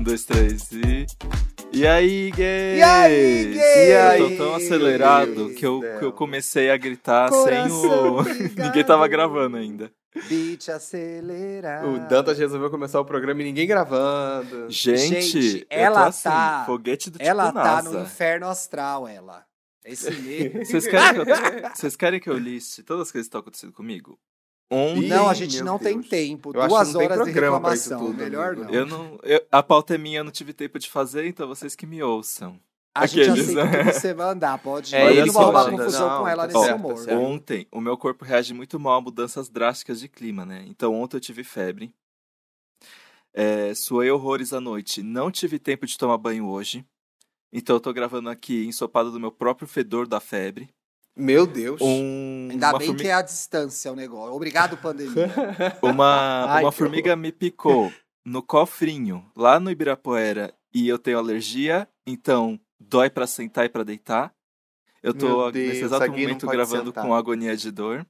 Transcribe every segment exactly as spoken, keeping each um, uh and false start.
dois, três e... E aí, gay? E aí, gay? E aí? Eu tô tão acelerado que eu, que eu comecei a gritar Coração sem o... ligado. Ninguém tava gravando ainda. Beat acelerado. O Dantas resolveu começar o programa e ninguém gravando. Gente, Gente, eu ela tô assim, tá... foguete do tipo Ela tá NASA. no inferno astral, ela. Esse medo. Vocês querem, que eu... Vocês querem que eu liste todas as coisas que estão acontecendo comigo? Ontem... Não, a gente Meu não Deus. tem tempo. Eu acho Duas que não tem horas de programa pra isso reclamação. tudo, Melhor amigo. não. Eu não eu, a pauta é minha, eu não tive tempo de fazer, então vocês que me ouçam. A gente Aqueles, aceita né? o que você mandar, pode ir. É Eu isso, não vou arrumar Amanda. confusão Não, com ela tá nesse certo, humor. tá certo. Ontem, o meu corpo reage muito mal a mudanças drásticas de clima, né? Então ontem eu tive febre. É, suei horrores à noite. Não tive tempo de tomar banho hoje. Então eu tô gravando aqui ensopado do meu próprio fedor da febre. Meu Deus. Um, Ainda uma bem formi- que é a distância o negócio. Obrigado, pandemia. Uma, Ai, uma que formiga me picou no cofrinho, lá no Ibirapuera, e eu tenho alergia, então dói pra sentar e pra deitar. Eu tô Meu nesse Deus, exato essa gay não momento pode gravando sentar. com agonia de dor.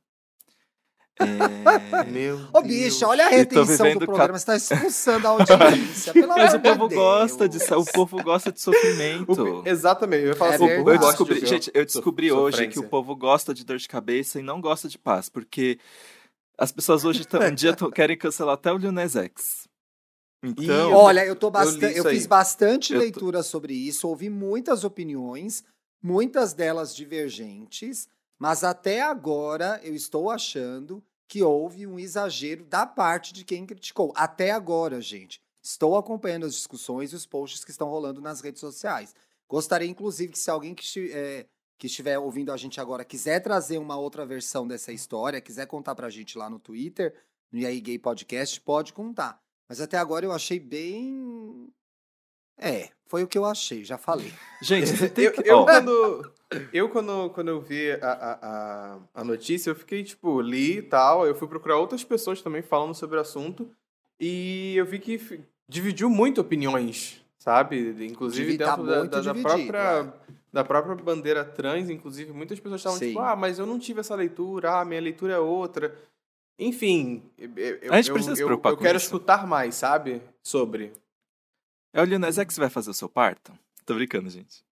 É... Meu Ô, Deus. bicho, olha a E tô retenção vivendo do ca- programa. Você tá expulsando a audiência. Pelo Mas o amor de povo Deus. gosta de sa- o povo gosta de O sofrimento. pi- Exatamente, eu ia falar É assim, o verdade. povo Eu gosta descobri, de ver gente, eu descobri so- hoje sofrência. que o povo gosta de dor de cabeça e não gosta de paz, porque as pessoas hoje tão- um dia tão- querem cancelar até o Lil Nas X. Então, Ih, Olha, eu tô li bastante. Eu, isso aí. fiz bastante Eu tô- leitura sobre isso, ouvi muitas opiniões, muitas delas divergentes, mas até agora eu estou achando que houve um exagero da parte de quem criticou. Até agora, gente. Estou acompanhando as discussões e os posts que estão rolando nas redes sociais. Gostaria, inclusive, que se alguém que, esti- é, que estiver ouvindo a gente agora quiser trazer uma outra versão dessa história, quiser contar pra gente lá no Twitter, no E aí Gay Podcast, pode contar. Mas até agora eu achei bem... É, foi o que eu achei, já falei. gente, você tem Eu, que... eu ó, quando, eu quando, quando eu vi a, a, a, a notícia, eu fiquei, tipo, li e tal, eu fui procurar outras pessoas também falando sobre o assunto, e eu vi que fi- dividiu muito opiniões, sabe? Inclusive Divi- tá dentro da, muito da, da dividido, própria, da própria bandeira trans, inclusive, muitas pessoas estavam Sim. tipo, ah, mas eu não tive essa leitura, ah, minha leitura é outra. Enfim, eu, eu, A gente eu, precisa se eu, preocupar eu com quero isso. escutar mais, sabe? Sobre. é o Lil Nas X que vai fazer o seu parto? Tô brincando, gente.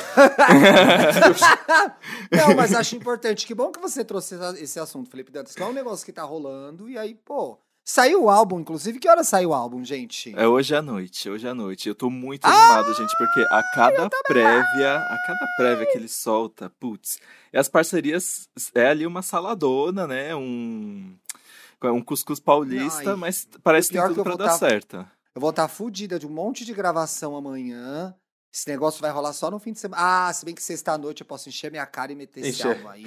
Não, mas acho importante. Que bom que você trouxe essa- esse assunto, Felipe Dantas, que é um negócio que tá rolando. E aí, pô, saiu o álbum, inclusive. Que hora saiu o álbum, gente? É hoje à noite, hoje à noite. Eu tô muito Ah, animado, gente, porque a cada prévia, a cada prévia que ele solta, putz, e as parcerias é ali uma saladona, né? Um, um cuscuz paulista, Ai, mas parece que pior tem que tudo eu pra vou dar tá- certo. Eu vou estar fudida de um monte de gravação amanhã. Esse negócio vai rolar só no fim de semana. Ah, se bem que sexta-noite eu posso encher minha cara e meter esse Encher. álbum aí.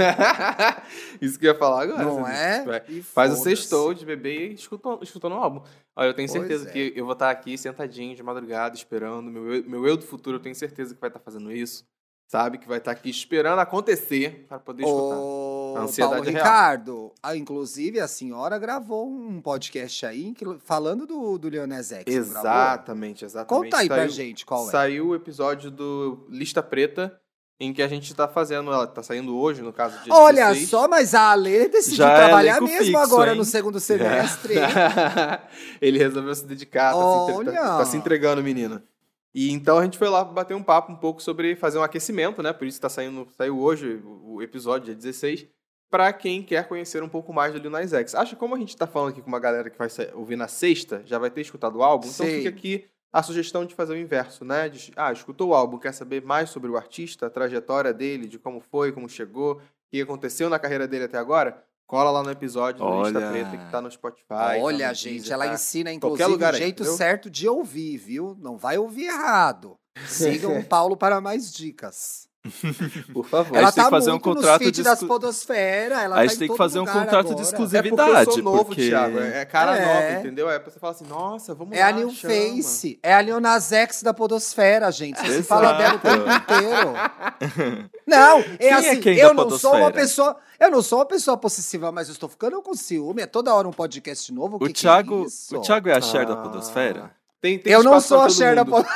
Isso que eu ia falar agora. Não assim, é? vai- E Faz o foda-se. sextou de bebê e escutou, escutando o álbum. Olha, eu tenho Pois certeza é. que eu vou estar aqui sentadinho de madrugada, esperando. Meu, eu- meu eu do futuro, eu tenho certeza que vai estar fazendo isso. Sabe? Que vai estar aqui esperando acontecer para poder escutar. Ô, A ansiedade Paulo é real. Ricardo, ah, inclusive a senhora gravou um podcast aí que- falando do, do Lil Nas X, não gravou? Exatamente, exatamente. Conta aí pra Saiu- gente qual é. Saiu o episódio do Lista Preta, em que a gente tá fazendo, ela tá saindo hoje, no caso, dia Olha dezesseis. só, mas a Ale decidiu Já é trabalhar elenco mesmo fixo, agora hein? no segundo semestre. Ele resolveu se dedicar, tá, se, entre- tá- Olha! tá se entregando, menino. E então a gente foi lá bater um papo um pouco sobre fazer um aquecimento, né? Por isso tá saindo, saiu hoje o o episódio, dia dezesseis, pra quem quer conhecer um pouco mais do Lil Nas X. Acho que como a gente tá falando aqui com uma galera que vai sa- ouvir na sexta, já vai ter escutado o álbum, então Sim. fica aqui a sugestão de fazer o inverso, né? De, ah, escutou o álbum, quer saber mais sobre o artista, a trajetória dele, de como foi, como chegou, o que aconteceu na carreira dele até agora? Cola lá no episódio do Lista Olha. Preta que tá no Spotify. tá Olha, no gente, Deezer, ela tá? ensina, Qualquer inclusive, lugar o aí, jeito entendeu? certo de ouvir, viu? Não vai ouvir errado. Sigam o Paulo para mais dicas. Por favor. Ela gente tem tá que fazer um muito contrato nos feeds de das exclu- podosfera. Ela A tá gente em tem que todo fazer um lugar contrato de agora. exclusividade. É porque eu sou novo, porque- Thiago. É cara É. nova, entendeu? É pra você falar assim, nossa, vamos É lá, a New chama. Face. É a Lil Nas X da podosfera, gente. Você se Exato. fala dela o tempo inteiro. Não, é Quem é assim, quem da eu não sou uma podosfera? pessoa... Eu não sou uma pessoa possessiva, mas eu estou ficando com ciúme. É toda hora um podcast novo. O, O que que Thiago, é isso? o Thiago é a Cher da Ah. podosfera? Tem, tem Eu não espaço sou pra a todo Cher da mundo.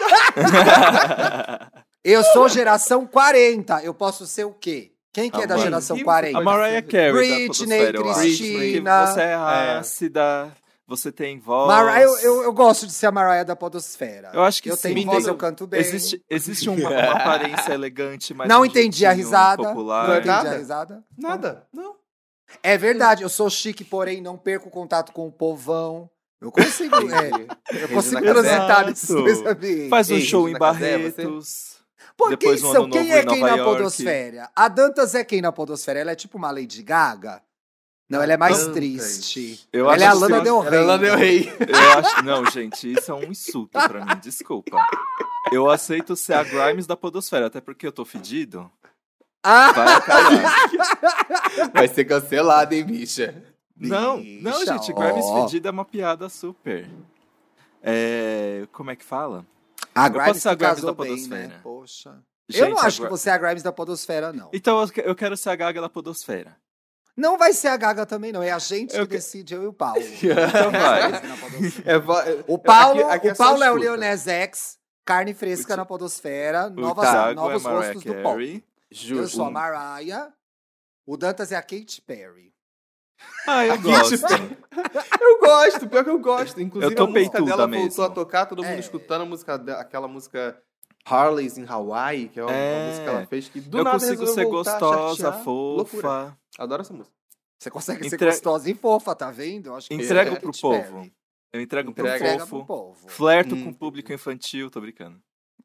podosfera. Eu sou geração quarenta. Eu posso ser o quê? Quem que é A da Mar- geração Quem- A quarenta? Mariah Carey Britney, da podosfera, eu acho. Cristina. Porque você é É. ácida, você tem voz. Mariah, eu, eu, eu gosto de ser a Mariah da podosfera. Eu acho que eu sim. tenho voz, eu canto bem. Existe, existe uma, uma aparência elegante, mas Não um entendi a jeitinho risada. popular. Não é entendi nada? a risada. Nada, não. É verdade, eu sou chique, porém não perco contato com o povão. Eu consigo, é, eu consigo Regina Casé. transitar nesses Exato. dois ambientes. Faz um Ei, show Regina em Casé, é Barretos. Por quem depois no são? Ano Quem Novo é em quem Nova na York. podosfera? A Dantas é quem na podosfera? Ela é tipo uma Lady Gaga? Não, ela é mais Dantas. triste. Eu ela acho é a que Lana sim. Del Rey. Ela é Lana Del Rey. Eu acho. Não, gente, isso é um insulto pra mim. Desculpa. Eu aceito ser a Grimes da podosfera, até porque eu tô fedido. Ah! Vai acabar. Vai ser cancelada, hein, bicha? Não, Bicha, não, gente, Grimes ó. fedida é uma piada super. É. Como é que fala? A Eu posso Grimes ser a que Grimes casou da bem, podosfera. né? Poxa. Gente, eu não acho agora- que você é a Grimes da podosfera, não. Então eu que- eu quero ser a Gaga da podosfera. Não vai ser a Gaga também, não. É a gente Eu que que- decide, eu e o Paulo. Então vai. Na podosfera. É, vo- é- O Paulo, aqui- aqui o Paulo só é o escuta. Leonés X, carne fresca O Ti- na podosfera, O novas, Thiago novos é Mariah rostos do pop. Carey. Justo. Eu sou a Mariah, o Dantas é a Katy Perry. Ah, eu Aqui, gosto. Eu gosto, pior que eu gosto. Inclusive, Eu tô a música peituda dela mesmo. voltou a tocar, todo mundo É. escutando a música, de- aquela música Harley's in Hawaii, que é uma, uma É. música que ela fez que do eu nada consigo resolveu ser voltar a gostosa, chatear. Loucura. fofa. Adoro essa música. Você consegue ser Entre- gostosa e fofa, tá vendo? Eu acho que Entrego você é a pro Katy povo. Perry. Eu entrego pro Entrega. Entrega fofo. pro povo. Flerto Hum. com o público infantil, tô brincando.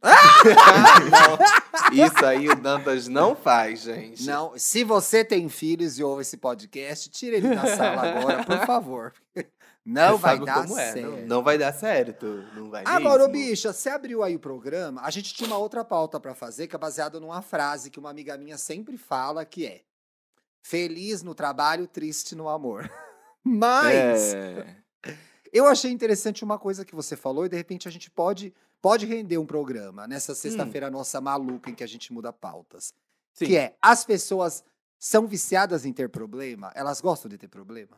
Não, isso aí o Dantas não faz, gente. Não, se você tem filhos e ouve esse podcast, tira ele da sala agora, por favor. Não Você vai sabe dar como é, certo. Não, não vai dar certo. Não vai Agora, ô mesmo. bicha, você abriu aí o programa, a gente tinha uma outra pauta pra fazer, que é baseada numa frase que uma amiga minha sempre fala, que é feliz no trabalho, triste no amor. Mas É. eu achei interessante uma coisa que você falou e de repente a gente pode, pode render um programa nessa sexta-feira nossa maluca em que a gente muda pautas. Sim. Que é, as pessoas são viciadas em ter problema? Elas gostam de ter problema?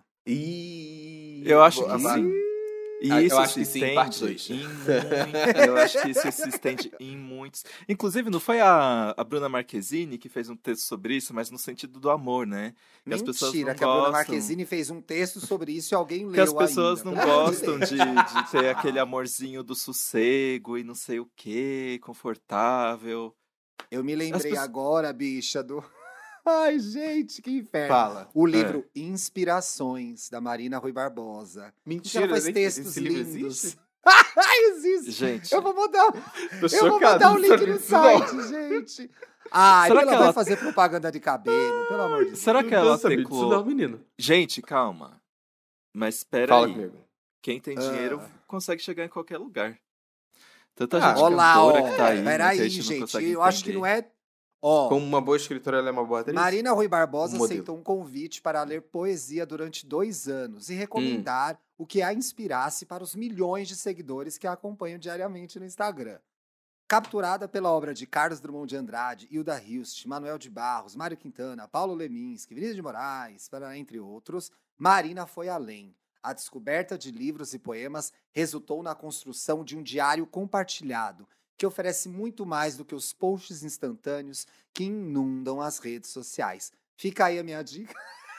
E... Eu acho Boa, que vai. sim. E Ah, eu isso acho se que sim, estende parte dois. em muito, eu acho que isso se estende em muitos. Inclusive, não foi a, a Bruna Marquezine que fez um texto sobre isso, mas no sentido do amor, né? Que as pessoas Mentira, não que a Bruna gostam. Marquezine fez um texto sobre isso e alguém Que leu as pessoas ainda. não Pelo amor de gostam Deus. de, de ter aquele amorzinho do sossego e não sei o que, confortável. Eu me lembrei pessoas- agora, bicha, do... Ai, gente, que inferno. Fala. O livro Inspirações, da Marina Rui Barbosa. Mentira, ela faz nem- textos esse livro lindos. existe? Ai, existe. Gente, Eu vou mandar, Tô eu vou chocado, mandar o não link sabia no disso, não. site, gente. Ai, Será ela que vai ela- fazer propaganda de cabelo, pelo amor de Deus. será que Eu não ela sabia disso teclou... não, menino. Gente, calma. Mas espera Fala aí. comigo. Quem tem Ah. dinheiro consegue chegar em qualquer lugar. Tanta Ah, gente Olá, cantora ó. que tá aí, né, que a Peraí, gente não gente, consegue eu acho que entender. não é... Ó, Como uma boa escritora, ela é uma boa atriz? Marina Rui Barbosa Um modelo. aceitou um convite para ler poesia durante dois anos e recomendar Hum. o que a inspirasse para os milhões de seguidores que a acompanham diariamente no Instagram. Capturada pela obra de Carlos Drummond de Andrade, Hilda Hilst, Manuel de Barros, Mário Quintana, Paulo Leminski, Vinícius de Moraes, para- entre outros, Marina foi além. A descoberta de livros e poemas resultou na construção de um diário compartilhado, que oferece muito mais do que os posts instantâneos que inundam as redes sociais. Fica aí a minha dica.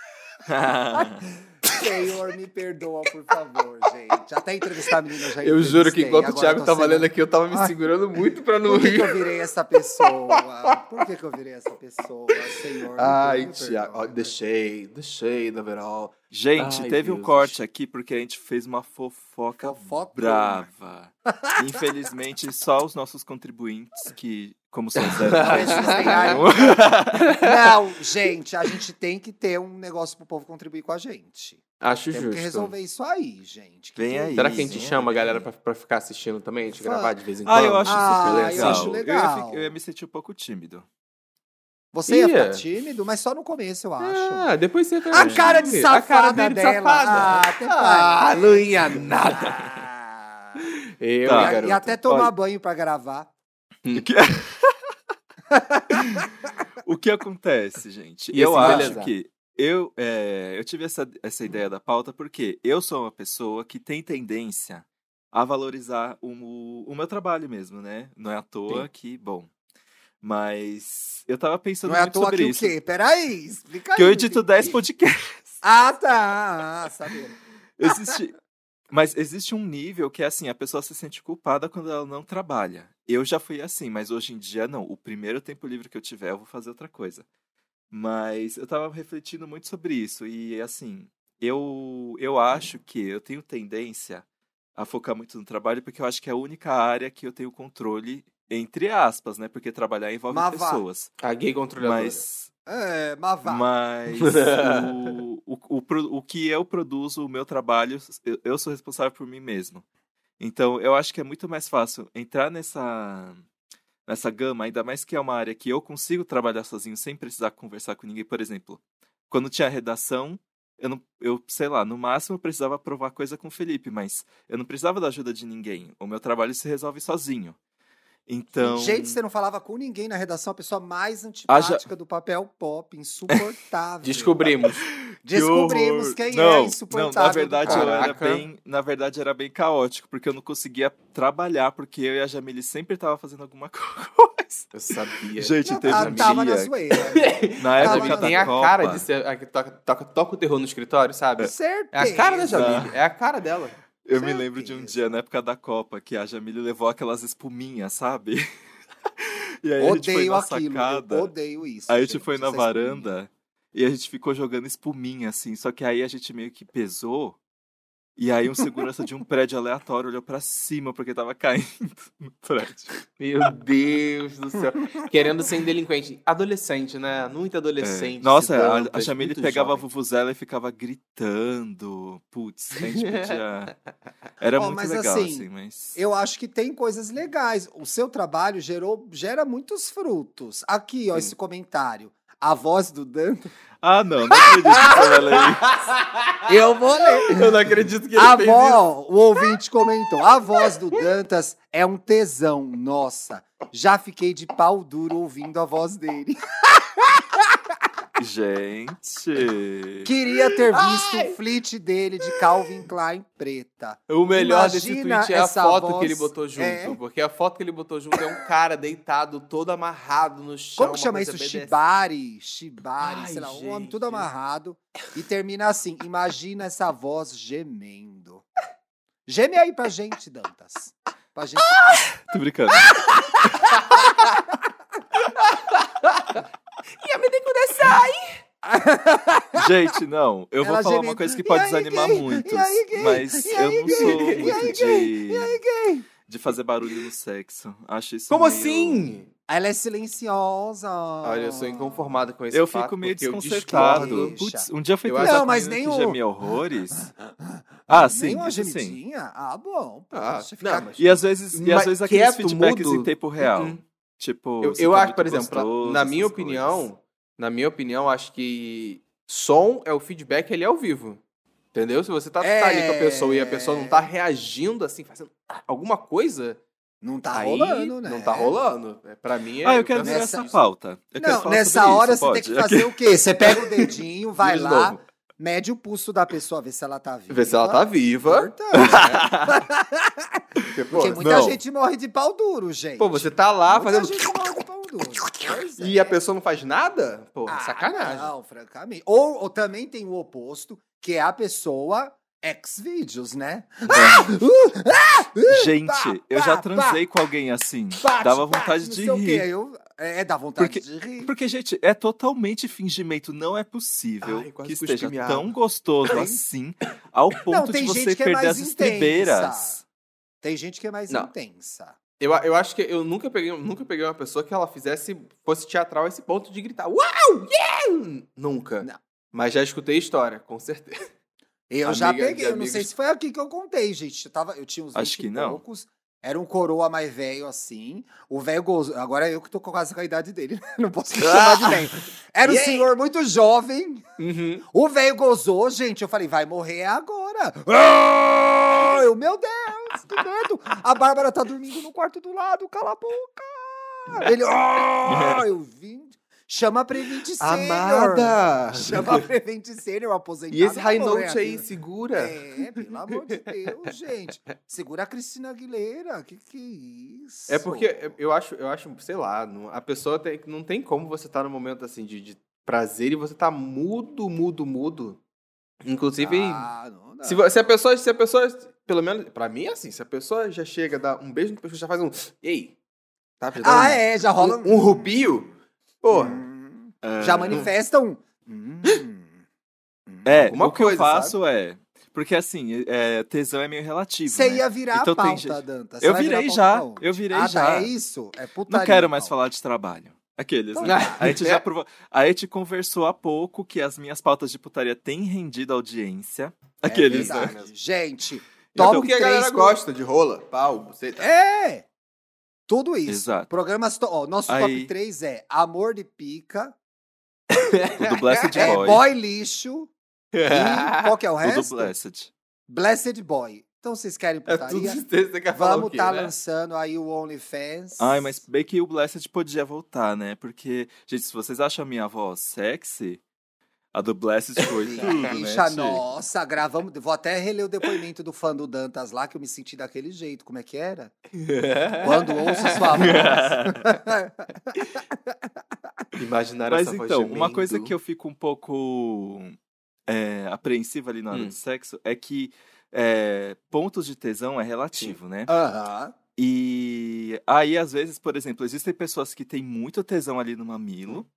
Senhor, me perdoa, por favor, gente. Até entrevistar a menina eu já Eu juro que entrevistei, enquanto o agora Thiago tô tava sendo- lendo aqui, eu tava me Ai. segurando muito pra não Por que, que rir. eu virei essa pessoa? Por que, que eu virei essa pessoa, Senhor? me Ai, perdoa. Thiago, ó, the shade, the shade of it all. Gente, Ai, teve um Deus. corte aqui porque a gente fez uma fofoca Fofoca. brava. Infelizmente, só os nossos contribuintes, que, como são zero, Não, esses nem ai. não. Não, gente, a gente tem que ter um negócio pro povo contribuir com a gente. Acho Temos justo. que resolver isso aí, gente. Que Vem que é aí. Será que a isso? gente chama a galera pra, pra ficar assistindo também? A gente Fa- gravar de vez em quando? Ah, eu acho Ah, super eu legal. acho Eu, ia, legal. fi- eu ia me sentir um pouco tímido. Você ia Ia. ficar tímido, mas só no começo, eu acho. Ah, depois você A cara de A cara safada dele de dela. safada. Ah, até Ah, parece. não ia nada. Ah. Eu, Tá. hein, E- garoto. e até tomar Olha. banho pra gravar. O que, o que acontece, gente? Ia eu se acho embelezar. que eu, é, eu tive essa, essa ideia da pauta porque eu sou uma pessoa que tem tendência a valorizar o, o meu trabalho mesmo, né? Não é à toa Sim. que, bom. Mas eu tava pensando Não é à muito toa sobre que o isso. quê? Peraí, explica aí. Que eu edito gente. dez podcasts. Ah, tá. Ah, sabendo. Existe, Mas existe um nível que é assim, a pessoa se sente culpada quando ela não trabalha. Eu já fui assim, mas hoje em dia não. O primeiro tempo livre que eu tiver, eu vou fazer outra coisa. Mas eu tava refletindo muito sobre isso. E assim, eu, eu acho que eu tenho tendência a focar muito no trabalho, porque eu acho que é a única área que eu tenho controle, entre aspas, né? Porque trabalhar envolve Mas vá. pessoas. A gay controladora. Mas. É, mas vá. Mas o, o, o, pro- o que eu produzo, o meu trabalho, eu, eu sou responsável por mim mesmo. Então, eu acho que é muito mais fácil entrar nessa, nessa gama, ainda mais que é uma área que eu consigo trabalhar sozinho sem precisar conversar com ninguém. Por exemplo, quando tinha redação, eu, não, eu sei lá, no máximo eu precisava aprovar coisa com o Felipe, mas eu não precisava da ajuda de ninguém. O meu trabalho se resolve sozinho. Então. Gente, você não falava com ninguém na redação, a pessoa mais antipática do papel pop, insuportável. Descobrimos. Descobrimos Que horror. quem não, é insuportável. Não, na verdade, do eu pop. era Caraca. bem, na verdade, era bem caótico, porque eu não conseguia trabalhar, porque eu e a Jamile sempre tava fazendo alguma coisa. Eu sabia. Gente, Não, teve tá- um tava na dia, zoeira. na Tava época Jamile na da tem a Copa, cara de ser a que toca, toca, toca o terror no escritório, sabe? Certeza. É a cara da Jamile, é a cara dela. eu me lembro de um Certeza. dia, na época da Copa, que a Jamile levou aquelas espuminhas, sabe? E aí a gente foi Odeio na aquilo, sacada, eu odeio isso. aí a gente gente, foi na essa espuminha. varanda, e a gente ficou jogando espuminha, assim, só que aí a gente meio que pesou, e aí um segurança de um prédio aleatório olhou pra cima, porque tava caindo no prédio. Meu Deus do céu. Querendo ser delinquente. Adolescente, né? Muito adolescente. É. Nossa, a, a sedantas, Jamile muito pegava a jovem. vuvuzela e ficava gritando. Putz, a gente podia... Era Ó, muito mas legal, assim, assim, mas... Eu acho que tem coisas legais. O seu trabalho gerou, gera muitos frutos. Aqui, ó, Sim. esse comentário. A voz do Dantas. Ah, não, não acredito que você vai ler isso. Eu vou ler. Eu não acredito que ele A fez isso. voz, o ouvinte comentou. A voz do Dantas é um tesão, nossa. Já fiquei de pau duro ouvindo a voz dele. Gente... Queria ter visto o flit dele de Calvin Klein preta. O melhor desse Imagina tweet é a essa foto voz- que ele botou junto. é. Porque a foto que ele botou junto é um cara deitado, todo amarrado no chão. Como que uma chama coisa isso? B D S M. Shibari, Shibari, Ai, sei lá, um gente. homem tudo amarrado. E termina assim, imagina essa voz gemendo. Geme aí pra gente, Dantas. Pra gente. Tô brincando. Gente, não. Eu vou Ela falar gemendo. uma coisa que E pode aí, desanimar gay? muitos. E aí, gay? Mas E eu aí, não gay? sou E aí, muito gay? de... E aí, gay? de fazer barulho no sexo. Acho isso Como meio... assim? Ela é silenciosa. Olha, eu sou inconformado com esse Eu fato, fico meio porque eu desconcertado. discordo. Putz, um dia eu fui Eu transar acho- com Não, mas uma nem menina que o- gemia horrores. Ah, sim, Nem uma isso sim. gemidinha? Ah, bom. Ah, Deixa eu ficar... não, mas- E às vezes, e às Mas vezes aqueles quieto, feedbacks mudo, em tempo real. uh-uh. Tipo, Eu, você eu tá acho, muito por exemplo, gostoso, na minha essas opinião, coisas. na minha opinião, acho que som é o feedback ele é ao vivo. Entendeu? Se você tá, É. tá ali com a pessoa e a pessoa não tá reagindo assim, fazendo alguma coisa, Não tá aí rolando, né? não tá rolando. É, pra mim é. Ah, eu quero penso virar nessa- essa isso. pauta. Eu quero Não, falar nessa sobre hora isso, você pode? tem que fazer o quê? Você pega o dedinho, vai Vira de lá, novo. mede o pulso da pessoa, vê se ela tá viva. Ver se ela tá viva. Importante, né? Porque, pô, Porque muita não. gente morre de pau duro, gente. pô, você tá lá muita fazendo. gente morre de pau duro. Pois E é. a pessoa não faz nada? Pô, Ah, sacanagem. Não, francamente. Ou, ou também tem o oposto, que é a pessoa ex-vídeos, né? Gente, Pá, eu pá, já pá. transei com alguém assim. Bate, Dava bate, vontade não de sei o quê. rir. Eu, é, dá vontade Porque- de rir. Porque, gente, é totalmente fingimento. Não é possível Ai, quase que cuspi esteja minha tão água. gostoso Tem- assim, ao ponto tem de gente você que é perder mais as estribeiras. Tem gente que é mais Não. intensa. Eu, eu acho que eu nunca peguei, nunca peguei uma pessoa que ela fizesse, fosse teatral a esse ponto de gritar, uau, yeah! Nunca. Não. Mas já escutei história, com certeza. Eu já Amiga de peguei, eu não amigos. sei se foi aqui que eu contei, gente. Eu, tava, eu tinha uns vinte Acho que e não. poucos. Era um coroa mais velho assim. O velho gozou. Agora eu que tô quase com a idade dele. Não posso me chamar de velho. Era um Yeah. senhor muito jovem. Uhum. O velho gozou, gente. Eu falei, vai morrer agora. Ah! Eu, meu Deus, que medo. A Bárbara tá dormindo no quarto do lado, cala a boca. Ele, ah! Eu vim. Chama a Prevent Senior. Amada! Chama a Prevent Senior, aposentado. E esse high vai morrer note aí, aqui. segura? É, pelo amor de Deus, gente. Segura a Cristina Aguilera. Que que é isso? É porque eu acho, eu acho, sei lá, não- a pessoa tem, não tem como você estar tá num momento assim de, de prazer e você tá mudo, mudo, mudo. Inclusive, Ah, não dá. se, vo- se a pessoa, se a pessoa pelo menos, pra mim é assim, se a pessoa já chega, dá um beijo no pescoço, já faz um... Ei! Tá? Já dá Ah, um, é, já rola um, um rubio. Porra. Hum, É. Já manifesta um... Hum, É, Alguma o que coisa, eu faço é... Porque assim, é, tesão é meio relativo, Você né? ia virar Então a tem pauta, gente- Danta. Você Eu vai virar virei a já, pauta pra onde? eu virei ah, já. Tá, é isso? É putaria. Não quero mais então. falar de trabalho. Aqueles, Então né? tá. A gente já provou... A gente conversou há pouco que as minhas pautas de putaria têm rendido audiência. É Aqueles, né? verdade. Gente, Então, top porque a galera três gosta de rola, pau, buceta. É! Tudo isso. Exato. Programas. To... Ó, nosso Aí- top três é Amor de Pica, O do Blessed é Boy. Boy Lixo e qual que é o O do resto? Blessed. Blessed Boy. Então vocês querem É tudo putaria? isso que você quer falar Vamos o quê, tá né? lançando aí o OnlyFans. Ai, mas bem que o Blessed podia voltar, né? Porque, gente, se vocês acham a minha voz sexy, a do Blessed foi tudo, né? Bicha, tia? nossa, gravamos. Vou até reler o depoimento do fã do Dantas lá, que eu me senti daquele jeito. Como é que era? Quando ouço sua voz. Imaginar Mas essa voz então, uma gemendo. coisa que eu fico um pouco é, apreensiva ali na hora Hum. do sexo é que é, pontos de tesão é relativo, né? Aham. E aí, às vezes, por exemplo, existem pessoas que têm muito tesão ali no mamilo.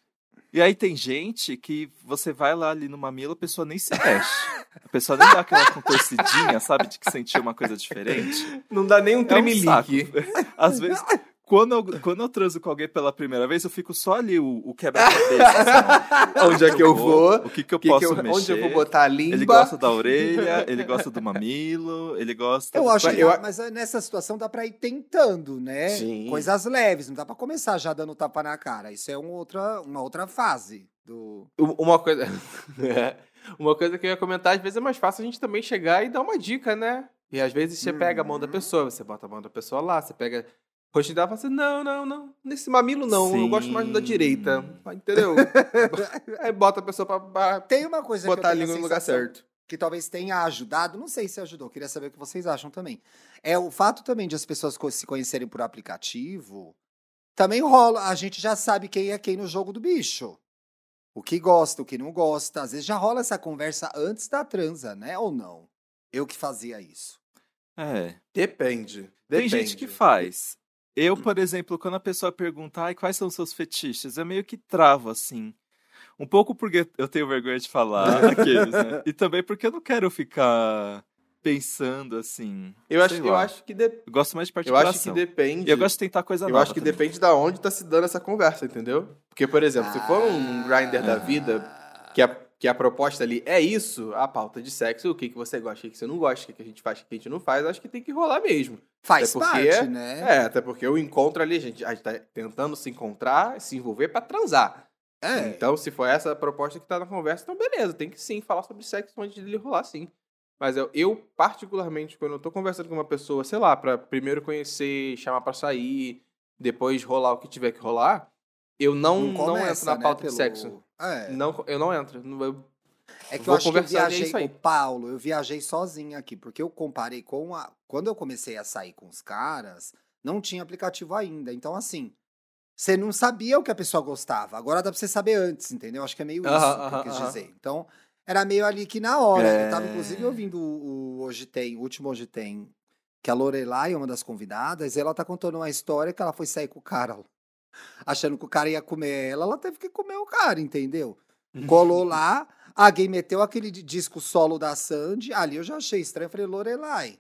E aí tem gente que você vai lá ali no mamilo, a pessoa nem se mexe. A pessoa nem dá aquela contorcidinha, sabe? De que sentiu uma coisa diferente. Não dá nem um É um tremelique. Às vezes, quando eu, quando eu transo com alguém pela primeira vez, eu fico só ali, o, o quebra-cabeça. Assim, ó. Onde é que eu vou? O que, que eu Que que posso eu- mexer? onde eu vou botar a limba? Ele gosta da orelha, ele gosta do mamilo, ele gosta... Eu acho Mas que eu- dá, mas nessa situação dá pra ir tentando, né? Sim. Coisas leves, não dá pra começar já dando tapa na cara. Isso é um outra, uma outra fase do. Um- Uma coisa... uma coisa que eu ia comentar, às vezes é mais fácil a gente também chegar e dar uma dica, né? E às vezes você pega a mão da Uhum. pessoa, você bota a mão da pessoa lá, você pega... O rosto dela e fala assim, não, não, não. Nesse mamilo não, eu gosto mais da Sim. direita. Entendeu? Aí bota a pessoa pra, pra Tem uma coisa que eu botar a tenho língua a no lugar sensação certo. que talvez tenha ajudado, não sei se ajudou, queria saber o que vocês acham também. É o fato também de as pessoas co- se conhecerem por aplicativo, também rola, a gente já sabe quem é quem no jogo do bicho. O que gosta, o que não gosta, às vezes já rola essa conversa antes da transa, né? Ou não? Eu que fazia isso. É. Depende. Tem Depende. gente que faz. Eu, por exemplo, quando a pessoa pergunta, ai, quais são os seus fetiches? Eu meio que travo, assim. Um pouco porque eu tenho vergonha de falar aqueles, né? E também porque eu não quero ficar pensando, assim. Eu acho, sei eu lá. acho que de- Eu gosto mais de eu participação. acho que depende. E eu gosto de tentar coisa Eu nova acho que também. depende da onde tá se dando essa conversa, entendeu? Porque, por exemplo, se for um grinder da vida, que a, que a proposta ali é isso, a pauta de sexo, o que, que você gosta, o que, que você não gosta, o que, que a gente faz, o que a gente não faz, acho que tem que rolar mesmo. Faz Até porque- parte, né? É, até porque o encontro ali, a gente, a gente tá tentando se encontrar, se envolver pra transar. É. Então, se for essa a proposta que tá na conversa, então beleza, tem que sim falar sobre sexo antes dele rolar, sim. Mas eu, eu, particularmente, quando eu tô conversando com uma pessoa, sei lá, pra primeiro conhecer, chamar pra sair, depois rolar o que tiver que rolar, eu não, não, começa, entro na né, pauta pelo- de sexo. É. Não, eu não entro. Não- eu- É que Vou eu acho que eu conversar, e é viajei isso com aí. o Paulo, eu viajei sozinha aqui, porque eu comparei com a. Quando eu comecei a sair com os caras, não tinha aplicativo ainda. Então, assim, você não sabia o que a pessoa gostava. Agora dá pra você saber antes, entendeu? Acho que é meio isso Aham, que eu aham, quis aham. dizer. Então, era meio ali que na hora. É. Eu tava, inclusive, ouvindo o, o Hoje Tem, o último Hoje Tem, que a Lorelai é uma das convidadas, e ela tá contando uma história que ela foi sair com o cara, achando que o cara ia comer ela, ela teve que comer o cara, entendeu? Colou lá, a gay meteu aquele di- disco solo da Sandy, ali eu já achei estranho, eu falei, Lorelai,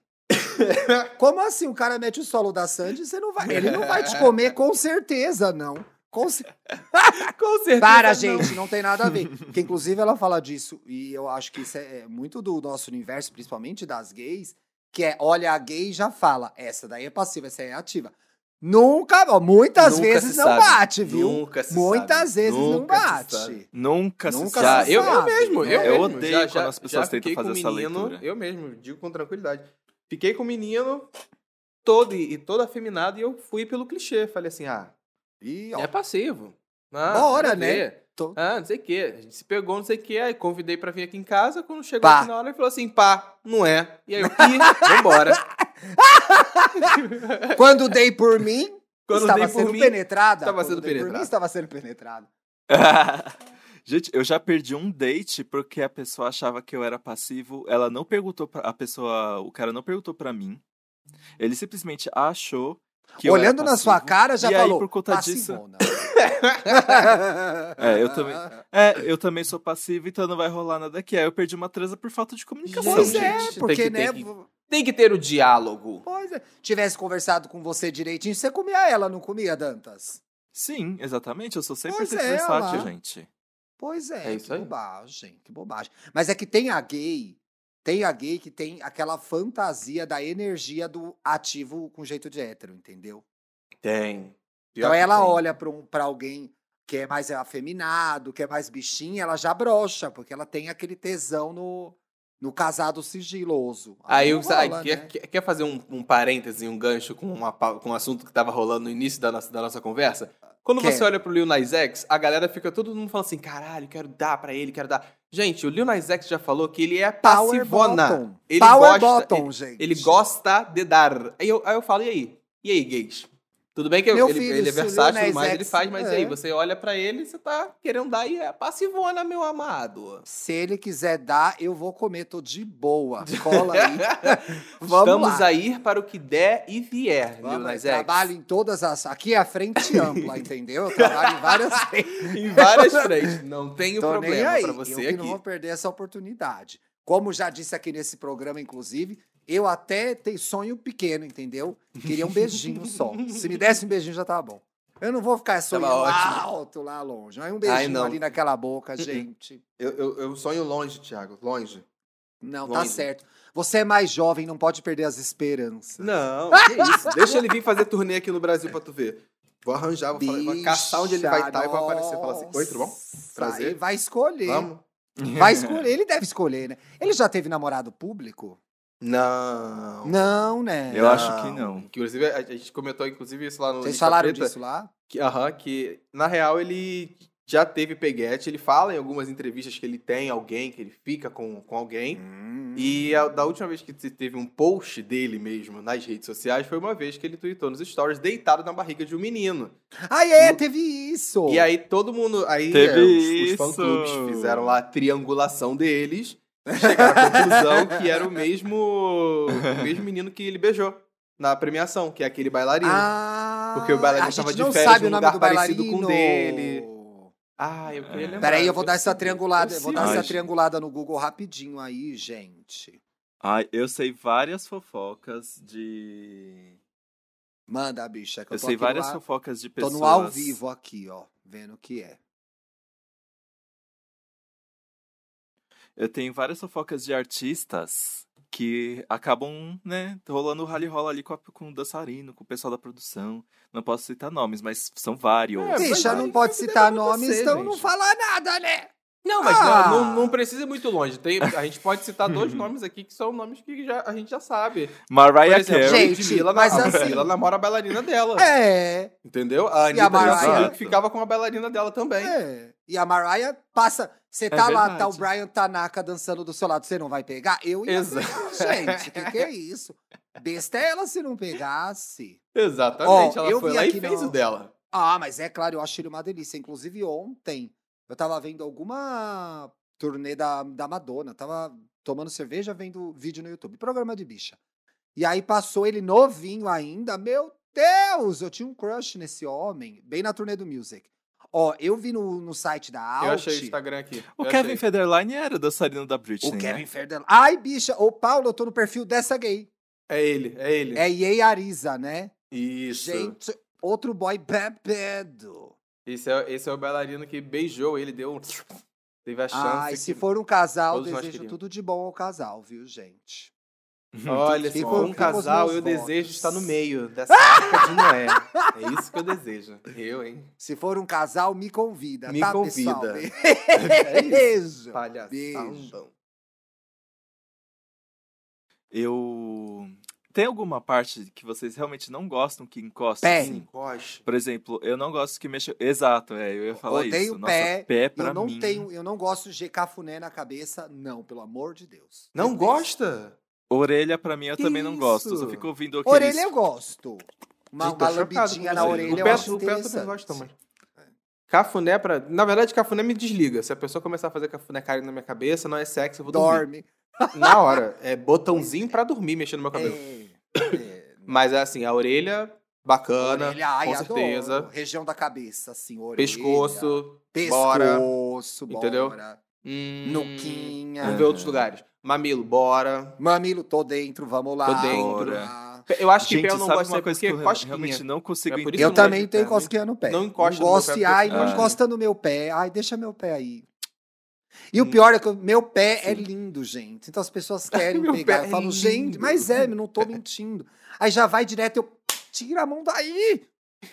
como assim o cara mete o solo da Sandy, você não vai, ele não vai te comer com certeza, não. Com cer- Com certeza. Para, não. gente, não tem nada a ver. Porque, inclusive, ela fala disso, e eu acho que isso é muito do nosso universo, principalmente das gays, que é, olha, a gay já fala, essa daí é passiva, essa aí é ativa. Nunca, ó, muitas Nunca vezes se não sabe. bate, viu? Nunca se Muitas sabe. vezes não Nunca se bate. sabe. Nunca, Nunca se Já, sabe. eu, eu sabe, mesmo, né? eu, Eu mesmo. odeio já, quando já, as pessoas já tentam fiquei fazer com essa menino, leitura. Eu mesmo, digo com tranquilidade. Fiquei com o menino todo e, e todo afeminado e eu fui pelo clichê. Falei assim, ah, E, ó, é passivo. Ah, Bora, nada a né? ver. tô- Ah, não sei o quê. A gente se pegou, não sei o quê. Aí convidei pra vir aqui em casa. Quando chegou Pá. aqui na hora, ele falou assim, pá, não é. E aí eu, ih, vambora. Quando dei por mim, Quando estava dei por sendo mim, penetrada. estava Quando sendo dei por mim, penetrada. estava sendo penetrada. Gente, eu já perdi um date porque a pessoa achava que eu era passivo. Ela não perguntou pra, a pessoa, o cara não perguntou pra mim. Ele simplesmente achou que eu era Olhando na sua passivo, cara, já e aí, falou, por conta disso, passivona. é, eu também, é, eu também sou passivo, então não vai rolar nada aqui. Aí eu perdi uma transa por falta de comunicação, Pois gente. é, Tem porque, que- né... tem que- Tem que ter o diálogo. Pois é. Tivesse conversado com você direitinho, você comia ela, não comia, Dantas? Sim, exatamente, eu sou cem por Pois cento é, versátil, lá. gente. Pois é, É isso que aí. bobagem, que bobagem. Mas é que tem a gay, tem a gay que tem aquela fantasia da energia do ativo com jeito de hétero, entendeu? Tem. Pior Então que ela tem. olha pra, um, pra alguém que é mais afeminado, que é mais bichinha, ela já brocha, porque ela tem aquele tesão no, no casado sigiloso. Aí não o aí, rola, quer, né? quer- quer fazer um, um parêntese, um gancho com, uma, pa- com um assunto que tava rolando no início da nossa, da nossa conversa? Quando você Quero. olha pro Lil Nas X, a galera fica todo mundo falando assim, caralho, quero dar pra ele, quero dar. Gente, o Lil Nas X já falou que ele é Power passivona. bottom. Ele Power gosta, bottom, ele, gente. ele gosta de dar. Aí eu, aí eu falo, e aí? E aí, gays? Tudo bem que eu- Meu ele, filho, ele é se o Lil versátil, Nas tudo mais ele X- faz, mas e é. aí? Você olha pra ele e você tá querendo dar e é passivona, meu amado. Se ele quiser dar, eu vou comer, tô de boa. Cola aí. Vamos Estamos lá. a ir para o que der e vier, Lil Vamos, Nas eu X. trabalho em todas as... Aqui é a frente ampla, entendeu? Eu trabalho em várias frentes. Em várias frentes. Não tenho Tô nem problema aí. pra Eu você que aqui. não vou perder essa oportunidade. Como já disse aqui nesse programa, inclusive, eu até tenho sonho pequeno, entendeu? Queria um beijinho só. Se me desse um beijinho, já tava bom. Eu não vou ficar sonhando ótimo. alto lá longe. Mas um beijinho não. ali naquela boca, gente. Eu, eu, eu sonho longe, Thiago. Longe. Não, tá Longe. certo. Você é mais jovem, não pode perder as esperanças. Não, que isso. Deixa ele vir fazer turnê aqui no Brasil pra tu ver. Vou arranjar, vou, falar, vou caçar onde ele vai estar e vou aparecer e falar assim, oi, tudo bom? Prazer. Ele vai escolher. Vamos? Vai escolher. Ele deve escolher, né? Ele já teve namorado público? Não. Não, né? Eu acho que não. Inclusive, a, a gente comentou, inclusive, isso lá no Vocês Lista falaram Preta, disso lá? Que, aham, que na real ele já teve peguete. Ele fala em algumas entrevistas que ele tem alguém, que ele fica com, com alguém. Hum. E a, da última vez que te- teve um post dele mesmo nas redes sociais foi uma vez que ele tweetou nos stories deitado na barriga de um menino. Ah, é, teve isso. E aí todo mundo. Aí Teve é, os, os isso. fã-clubes fizeram lá a triangulação deles. Chegaram à conclusão que era o mesmo, o mesmo menino que ele beijou na premiação, que é aquele bailarino. Ah, Porque o bailarino a gente tava de não férias sabe num o nome lugar do parecido bailarino. com o dele. Ah, eu queria lembrar. Peraí, eu vou dar essa sei, triangulada, eu eu vou sei, dar essa mas- triangulada no Google rapidinho aí, gente. Ai, eu sei várias fofocas de. Manda, bicha, que eu, Eu tô sei aqui no várias ar- fofocas de Tô pessoas. no ao vivo aqui, ó, vendo o que é. Eu tenho várias fofocas de artistas que acabam, né, rolando o rally-rola ali com, a- com o dançarino, com o pessoal da produção. Não posso citar nomes, mas são vários. É, mas Bicha, aí não pode deve citar acontecer, nomes, então gente. não fala nada, né? Não, mas Ah! não, não, não precisa ir muito longe. Tem, a gente pode citar dois nomes aqui que são nomes que já, a gente já sabe. Por Mariah exemplo, Carey. Gente, Ludmilla, mas a assim- Ludmilla namora a bailarina dela. É, Entendeu? A E a Anitta já Mariah- sabia que ficava com a bailarina dela também. é. E a Mariah passa. Você tá lá, verdade. tá o Brian Tanaka dançando do seu lado, você não vai pegar? Eu ia Exato. pegar, gente. Que que é isso? Besta é ela se não pegasse. Exatamente. Ó, ela eu foi vi lá e aqui fez no- o dela. Ah, mas é claro, eu acho ele uma delícia. Inclusive, ontem eu tava vendo alguma turnê da, da Madonna. Tava tomando cerveja, vendo vídeo no YouTube. Programa de bicha. E aí passou ele novinho ainda. Meu Deus, eu tinha um crush nesse homem. Bem na turnê do Music. Ó, eu vi no, no site da Alt. Eu achei o Instagram aqui. O Eu Kevin achei. Federline era dançarino da Britney, O Kevin né? Federline. Ai, bicha. Ô, Paulo, eu tô no perfil dessa gay. É ele, é ele. É Yei Arisa, né? Isso. Gente, outro boy bebedo. Esse é, esse é o bailarino que beijou ele, deu um... Teve a chance. Ai, que- se for um casal, todos nós desejo queríamos. tudo de bom ao casal, viu, gente? Olha, se Fica- for um fica os casal, meus eu votos. desejo estar no meio dessa arca de Noé. É isso que eu desejo. Eu, hein? Se for um casal, me convida, Me tá, convida. pessoal? É isso. Beijo. Palhação. Beijo. Eu. Tem alguma parte que vocês realmente não gostam que encosta? Pé. Assim? Gosto. Por exemplo, eu não gosto que mexa. Exato, é, eu ia falar Odeio isso. Nossa, pé. pé pra Eu não mim. tenho, eu não gosto de cafuné na cabeça, não, pelo amor de Deus. Não Detesto. gosta? Orelha pra mim eu Que também não gosto. Eu só isso? fico ouvindo aqueles. Orelha eu gosto. Uma, Gente, tô uma chocado lambidinha com na você. orelha o eu pé, acho o pé eu também interessante. gosto também. Cafuné pra... Na verdade, cafuné me desliga. Se a pessoa começar a fazer cafuné carinho na minha cabeça, não é sexo, eu vou dormir. Dorme. Na hora. É botãozinho pra dormir, mexendo no meu cabelo. É, é. Mas é assim, a orelha, bacana, Orelha, ai, com adoro. certeza. Região da cabeça, assim, orelha. Pescoço, bora. Pescoço, bora. Entendeu? Hum, Nuquinha. Vamos ver outros lugares. Mamilo, bora. Mamilo, tô dentro, vamos lá. Tô dentro. Bora. Eu acho que Gente, pé eu não sabe gosto de uma ser coisa porque que é eu cosquinha. realmente não consigo É por entender? isso Eu que não também gosto de tenho pé. cosquinha no pé. Não encosta não no meu gosto pé e, porque eu ai, fico não Ah. encosta no meu pé. Ai, deixa meu pé aí. E o Hum. pior é que o meu pé é Sim. lindo, gente. Então as pessoas querem Meu pegar. pé Eu é falo, gente, lindo. mas é, eu não tô mentindo. Aí já vai direto, eu tira a mão daí.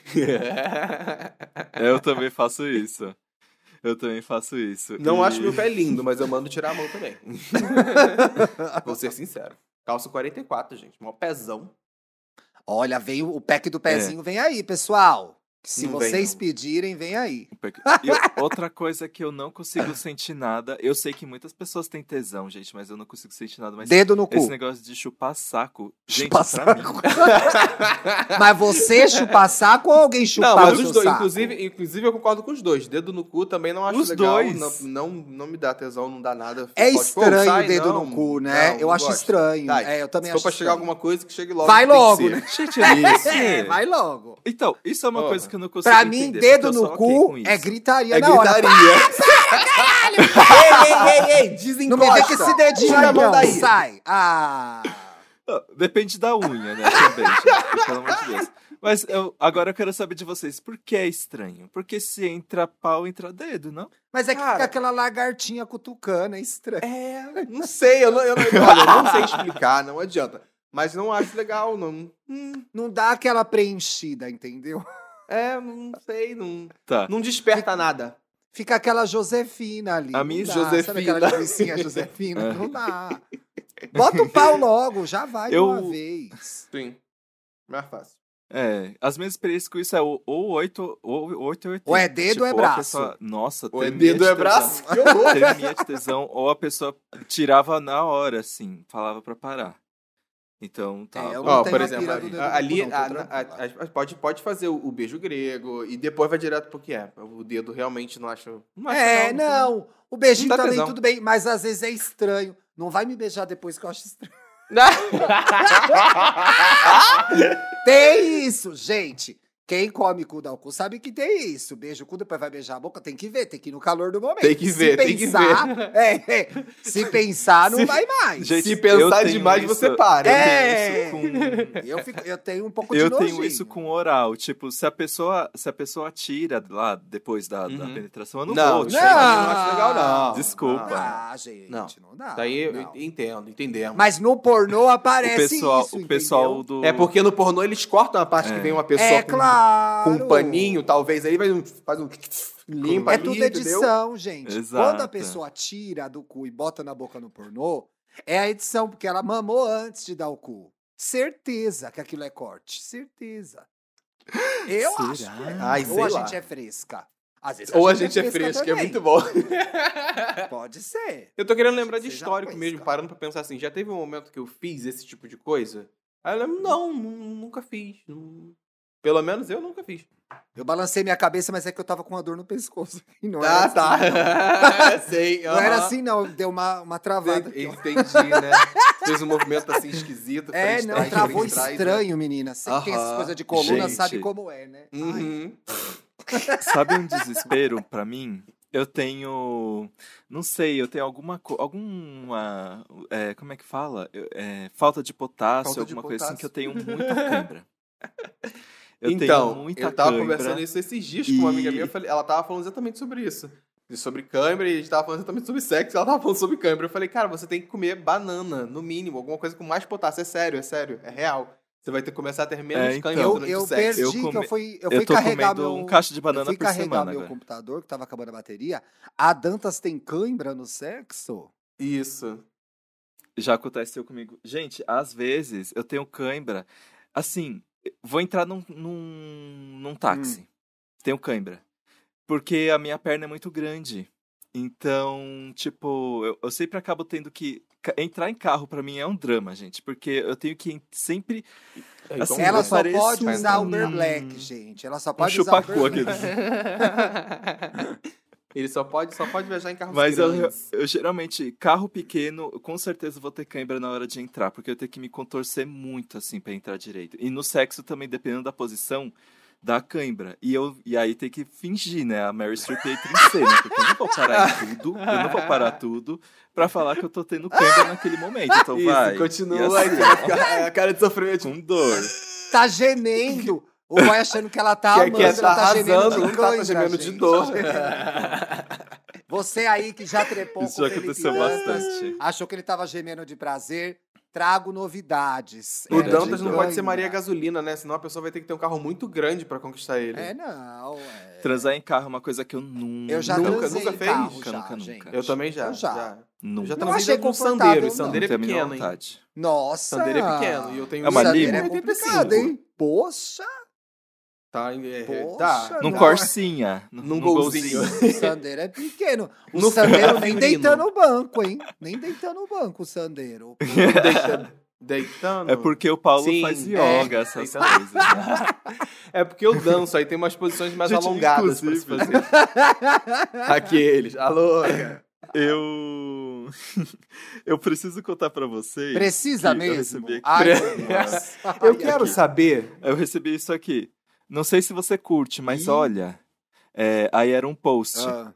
Eu também faço isso. Eu também faço isso. Não E- acho meu pé lindo, mas eu mando tirar a mão também. Vou ser sincero. Calço quarenta e quatro, gente. Mó pezão. Olha, veio o pack do pezinho, vem aí, pessoal. Se Não vem, vocês não. pedirem, vem aí. E outra coisa que eu não consigo sentir nada. Eu sei que muitas pessoas têm tesão, gente, mas eu não consigo sentir nada. Mas Dedo no esse cu. negócio de chupar saco, gente, Chupar pra mim. Mas você chupar saco ou alguém chupar Não, mas o os seu dois. saco? Inclusive, inclusive, eu concordo com os dois. Dedo no cu também não acho Os legal. dois. Não, não, não me dá tesão, não dá nada. É Pode- pô, estranho sai, o dedo não, no cu, né? não, eu não acho gosto. estranho. Tá, É, eu também se for acho pra chegar estranho. alguma coisa, que chegue logo. Vai que tem que logo, ser. né? Gente, é isso. É, vai logo. Então, isso é uma Porra. coisa que eu não consigo Pra entender. mim, porque dedo eu sou no ok cu com é isso. gritaria É na hora. gritaria. ei, ei, ei, ei, desencosta. Não me vê com esse dedinho Tira aí, a mão não. daí. Sai. Ah. Ah, depende da unha, né? Também, gente, pelo amor de Deus. Mas eu, agora eu quero saber de vocês, por que é estranho? Porque se entra pau, entra dedo, não? Mas é que Cara. fica aquela lagartinha cutucando, é estranho. É, não sei, eu não, eu, não, olha, eu não sei explicar, não adianta. Mas não acho legal, não. Hum, Não dá aquela preenchida, entendeu? é, não sei, não, Tá. não desperta nada. Fica aquela Josefina ali. A não minha dá. Josefina. Sabe aquela linguicinha Josefina? É. Não dá. Bota o pau logo, já vai de Eu- uma vez. Sim, mais fácil. É, as minhas experiências com isso é ou ou oito ou oito ou oitenta. Ou é dedo ou é a braço. pessoa- nossa, Ou é tremia dedo de ou é tesão. braço? Que horror. Tremia de tesão, ou a pessoa tirava na hora, assim, falava pra parar. Então, tá. É, eu bom. não Ó, tenho por a exemplo, pira do dedo no ali cu, não, tô a- tranquilo. a- a- pode, pode fazer o, o beijo grego e depois vai direto pro que é. O dedo realmente não acho. Não acho É, legal, não. O beijinho Não dá também tesão. tudo bem, mas às vezes é estranho. Não vai me beijar depois que eu acho estranho. Tem isso, gente. Quem come cu dá o cu sabe que tem isso. Beija o cu, depois vai beijar a boca. Tem que ver, tem que ir no calor do momento. Tem que ver, se tem que pensar, É, é. Se pensar, não Se- vai mais. Gente, Se eu pensar tenho demais, isso- você para. Eu É. tenho isso com... Eu, fico- eu tenho um pouco de Eu nojinho. tenho isso com oral. Tipo, se a pessoa, se a pessoa tira lá depois da, da Uhum. penetração, eu não, Não, vou. isso tipo, aí também não acho legal, não. Desculpa. Não dá, gente. Não. Não, dá. Daí eu não. entendo, entendemos. Mas no pornô O aparece pessoal, isso, o pessoal entendeu? do... É porque no pornô eles cortam a parte É. que vem uma pessoa É com, claro. com um paninho, talvez, aí vai um, faz um limpa É ali, tudo entendeu? edição, gente. Exato. Quando a pessoa tira do cu e bota na boca no pornô, é a edição, porque ela mamou antes de dar o cu. Certeza que aquilo é corte. Certeza. Eu Será? acho. que é. Ai, Ou sei a lá. gente é fresca. Às vezes Ou a gente é fresco, que é também. muito bom. Pode ser. Eu tô querendo lembrar de Seja histórico fresca. mesmo, parando pra pensar assim, já teve um momento que eu fiz esse tipo de coisa? Aí eu lembro, não, nu- nunca fiz. não- Pelo menos eu nunca fiz. Eu balancei minha cabeça, mas é que eu tava com uma dor no pescoço. E não Ah, era tá. assim, não. Sei. Não era aham. assim, não. Deu uma, uma travada. aqui, ó. Entendi, né? Fez um movimento assim esquisito. É, frente, não, trás, travou frente, trás, né? estranho, menina. Você que tem essas Aham. coisas de coluna, Gente. sabe como é, né? Ai. Uhum. Sabe um desespero pra mim? Eu tenho, não sei, eu tenho alguma, co- alguma, é, como é que fala? Eu- é, falta de potássio, Falta de alguma coisa assim que eu potássio. tenho muita cãibra. Eu então, tenho muita eu tava cãibra. conversando isso esses dias com uma amiga e- minha, eu falei- ela tava falando exatamente sobre isso. E sobre cãibra, e a gente tava falando exatamente sobre sexo, e ela tava falando sobre cãibra. Eu falei, cara, você tem que comer banana, no mínimo, alguma coisa com mais potássio. É sério, é sério, é real. Você vai ter que começar a ter menos É, então. cãibra Eu, durante eu o sexo. perdi, Eu que eu come- fui, eu eu fui tô carregar comendo meu... um caixa de eu banana fui por carregar semana meu agora. computador, que tava acabando a bateria. A Dantas tem cãibra no sexo? Isso. Já aconteceu comigo. Gente, às vezes eu tenho cãibra. Assim, vou entrar num, num, num táxi. Hum. Tenho cãibra. Porque a minha perna é muito grande. Então, tipo, eu, eu sempre acabo tendo que. ca- Entrar em carro pra mim é um drama, gente, porque eu tenho que en- sempre. É, Assim, então, Ela eu só pareço pode pra usar entrar Uber um- Black, gente. Ela só Um pode usar chupacu, Uber Black. aqueles. Ele só pode, só pode viajar em carros Mas eu, grandes. eu geralmente, carro pequeno, eu com certeza vou ter cãibra na hora de entrar, porque eu tenho que me contorcer muito, assim, pra entrar direito. E no sexo também, dependendo da posição, dá cãibra. E, eu, e aí tem que fingir, né? A Mary Streep entra em cena, porque eu não vou parar em tudo, eu não vou parar tudo pra falar que eu tô tendo cãibra naquele momento. Então Isso, vai. continua E aí, assim, a cara de sofrimento. com dor. Tá gemendo. O boy achando que ela tá Que, amando, que é, ela tá tá gemendo arrasando, de não tá, tá cãibra, gemendo de gente. dor. Você aí que já trepou Isso com o já Felipe aconteceu Dantas, bastante. achou que ele tava gemendo de prazer, trago novidades. O É, Dantas de não pode ser cãibra. Maria Gasolina, né? Senão a pessoa vai ter que ter um carro muito grande pra conquistar ele. É, não. É... Transar em carro é uma coisa que eu nunca. Eu já Nunca, transei nunca em fez? carro Nunca, já, nunca, gente. nunca. Eu também já. Eu já. já. Nunca. Eu já Não transei achei dentro de um confortável, Sandeiro. E não. Sandeiro é Não tenho a mínima pequeno, hein? vontade. Nossa! Sandeiro é pequeno. E eu tenho É uma um lima? Sandeiro é complicado, hein? Poxa! Tá, é, Poxa, tá. Num não. Corsinha. Num golzinho. O Sandeiro é pequeno. O No Sandeiro Fiorino. nem deitando o banco, hein? Nem deitando o banco, o Sandeiro. Deitando. Deitando. É porque o Paulo Sim, faz é. yoga, essas Deitando. coisas. Né? É porque eu danço, aí tem umas posições mais Gente, alongadas pra se inclusive- fazer. Aqueles. Alô. Eu. Eu preciso contar pra vocês. Precisa que eu mesmo? recebi aqui- Ai, Pre- meu Deus. Eu Ai, quero aqui. saber. Eu recebi isso aqui. Não sei se você curte, mas Ih. olha. é, aí era um post. Ah,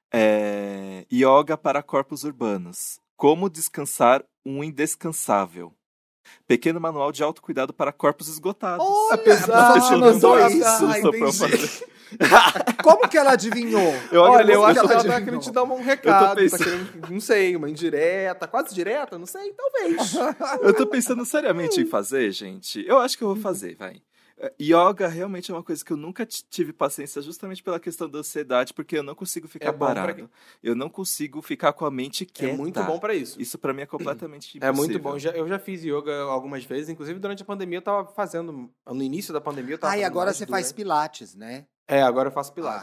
É, yoga para corpos urbanos. Como descansar um indescansável. Pequeno manual de autocuidado para corpos esgotados. Olha, Apesar- a pessoa te mandou Ah, isso. ah, Isso, pra eu entendi. fazer. Como que ela adivinhou? Eu Olha, eu agradeço acho que ela ela tá adivinhou. querendo te dar um recado. pensando- Tá querendo, não sei, uma indireta, quase direta, não sei, talvez. Eu tô pensando seriamente em fazer, gente. Eu acho que eu vou fazer, vai. É, Yoga realmente é uma coisa que eu nunca t- tive paciência, justamente pela questão da ansiedade, porque eu não consigo ficar É bom pra parado. quê? Eu não consigo ficar com a mente É quieta. muito bom pra isso. Isso pra mim é completamente É impossível. muito bom. Já- Eu já fiz yoga algumas vezes, inclusive durante a pandemia eu tava fazendo. No início da pandemia eu tava Ah, e fazendo agora mais você durante. faz pilates, né? É, agora eu faço pilates.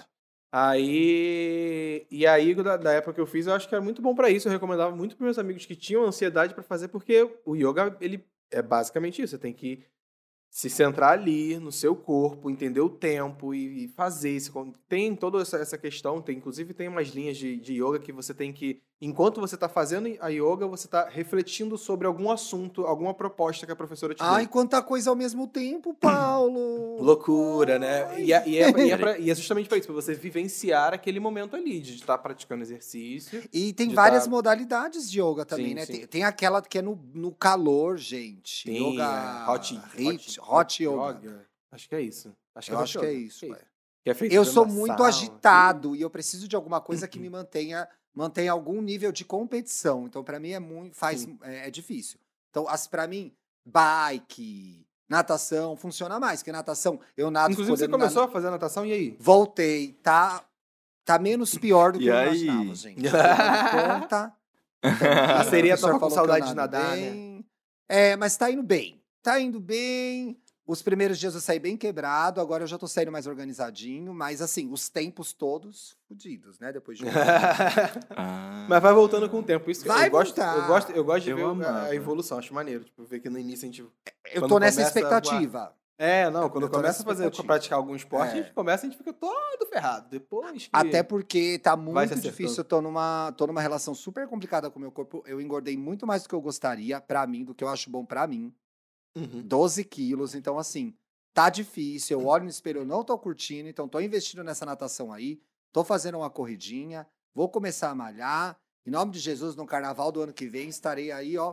Aí. E aí, da, da época que eu fiz, eu acho que era muito bom pra isso. Eu recomendava muito pros meus amigos que tinham ansiedade pra fazer, porque o yoga, ele é basicamente isso. Você tem que se centrar ali no seu corpo, entender o tempo e, e fazer isso. Tem toda essa, essa questão, tem, inclusive tem umas linhas de, de yoga que você tem que, enquanto você está fazendo a yoga, você está refletindo sobre algum assunto, alguma proposta que a professora te Ai, deu. quanta coisa ao mesmo tempo, Paulo. Loucura, né? Ai. E é, e é- e é pra- e é justamente para isso, para você vivenciar aquele momento ali, de estar praticando exercício. E tem de várias tá- modalidades de yoga também, Sim, né? sim. Tem, tem aquela que é no, no calor, gente. Tem, yoga é, hot, hot, hot yoga. Acho que é isso. Acho que Eu é hot acho que é yoga. isso, ué. Que é feito Eu dentro sou da muito sala. agitado e eu preciso de alguma coisa que me mantenha, mantenha algum nível de competição. Então, pra mim, é muito, faz, Sim. é, é difícil. Então, as, pra mim, bike, natação, funciona mais. Porque natação, eu nado Inclusive, você podendo na- começou a fazer natação, e aí? Voltei, tá, tá menos pior do que E eu aí? imaginava, gente. Eu tô dando conta. A sereia O professor tava com falou que eu saudade de nado nadar, bem. É, mas tá indo bem. Tá indo bem. Os primeiros dias eu saí bem quebrado, agora eu já tô saindo mais organizadinho, mas assim, os tempos todos fodidos, né? Depois de um Ah. Mas vai voltando com o tempo. Isso que Vai eu gosto, voltar. eu gosto, eu gosto de Eu ver o- a, amava. a evolução, acho maneiro. Tipo, ver que no início a gente. Eu Quando tô nessa começa a voar. expectativa. É, não, quando Eu tô começa nessa a fazer, expectativa. praticar algum esporte, É. a gente começa, a gente fica todo ferrado. Depois que. Até porque tá Vai se muito acertando. difícil, eu tô numa, tô numa relação super complicada com o meu corpo. Eu engordei muito mais do que eu gostaria, pra mim, do que eu acho bom pra mim. Uhum. doze quilos, então assim, tá difícil. Eu olho no espelho, eu não tô curtindo, então tô investindo nessa natação aí, tô fazendo uma corridinha, vou começar a malhar. Em nome de Jesus, no carnaval do ano que vem, estarei aí, ó,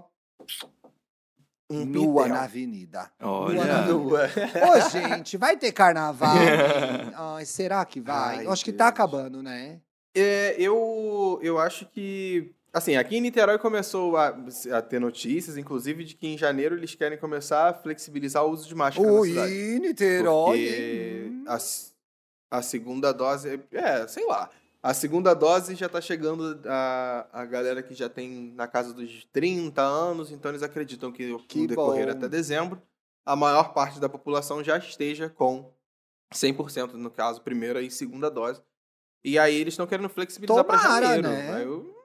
Um nua pitel. na avenida. Olha. Nua. Ô, gente, vai ter carnaval? hein? Ai, será que vai? Ai, eu acho que tá Deus. acabando, né? É, eu, eu acho que. Assim, aqui em Niterói começou a, a ter notícias, inclusive, de que em janeiro eles querem começar a flexibilizar o uso de máscara na cidade. Ui, Niterói. Porque hein? a, s- a segunda dose. É, sei lá. A segunda dose já tá chegando a, a galera que já tem na casa dos trinta anos, então eles acreditam que, Que no decorrer bom. até dezembro, a maior parte da população já esteja com cem por cento, no caso, primeira e segunda dose. E aí eles estão querendo flexibilizar para Tomara, janeiro. né? Aí eu...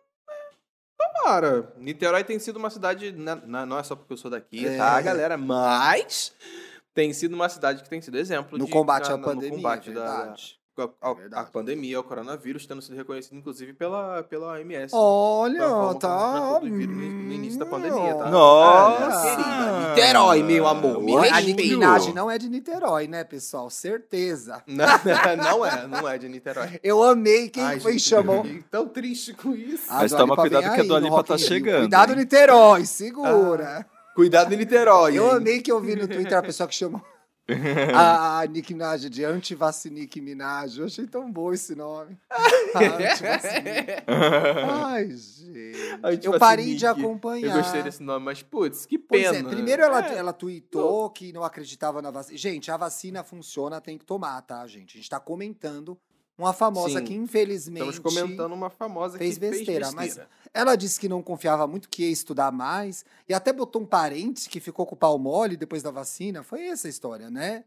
Tomara. Niterói tem sido uma cidade... Não, não é só porque eu sou daqui, É. tá, galera? Mas tem sido uma cidade que tem sido exemplo No de, combate na, à no pandemia, combate é da, verdade. a, a, É verdade. a pandemia, ao coronavírus, tendo sido reconhecido, inclusive, pela, pela O M S. Olha, Foi a forma como tá... tratou do vírus no no início da pandemia, tá? Nossa! Ah, querida, Niterói, meu amor, me A Nicki respeita. Minaj não é de Niterói, né, pessoal? Certeza. Não, não é, não é de Niterói. Eu amei quem Ai, foi gente, chamou. eu fiquei tão triste com isso. A Mas Dua toma Lipa cuidado vem que a aí Dua no Lipa Rock tá in Rio. chegando, Cuidado, hein? Niterói, segura. Cuidado, Niterói, Eu hein? amei que eu vi no Twitter a pessoa que chamou a, a Nicki Minaj de Antivacinique Minaj. Eu achei tão bom esse nome. Antivacinique. Ai, gente. Eu parei de acompanhar. Eu gostei desse nome, mas putz, que Pois pena. é, primeiro ela, É. ela tweetou que não acreditava na vacina. Gente, a vacina funciona, tem que tomar, tá, gente? A gente tá comentando uma famosa Sim. que, infelizmente, Estamos comentando uma famosa fez que besteira, fez mas besteira. ela disse que não confiava muito, que ia estudar mais, e até botou um parente que ficou com o pau mole depois da vacina. Foi essa a história, né?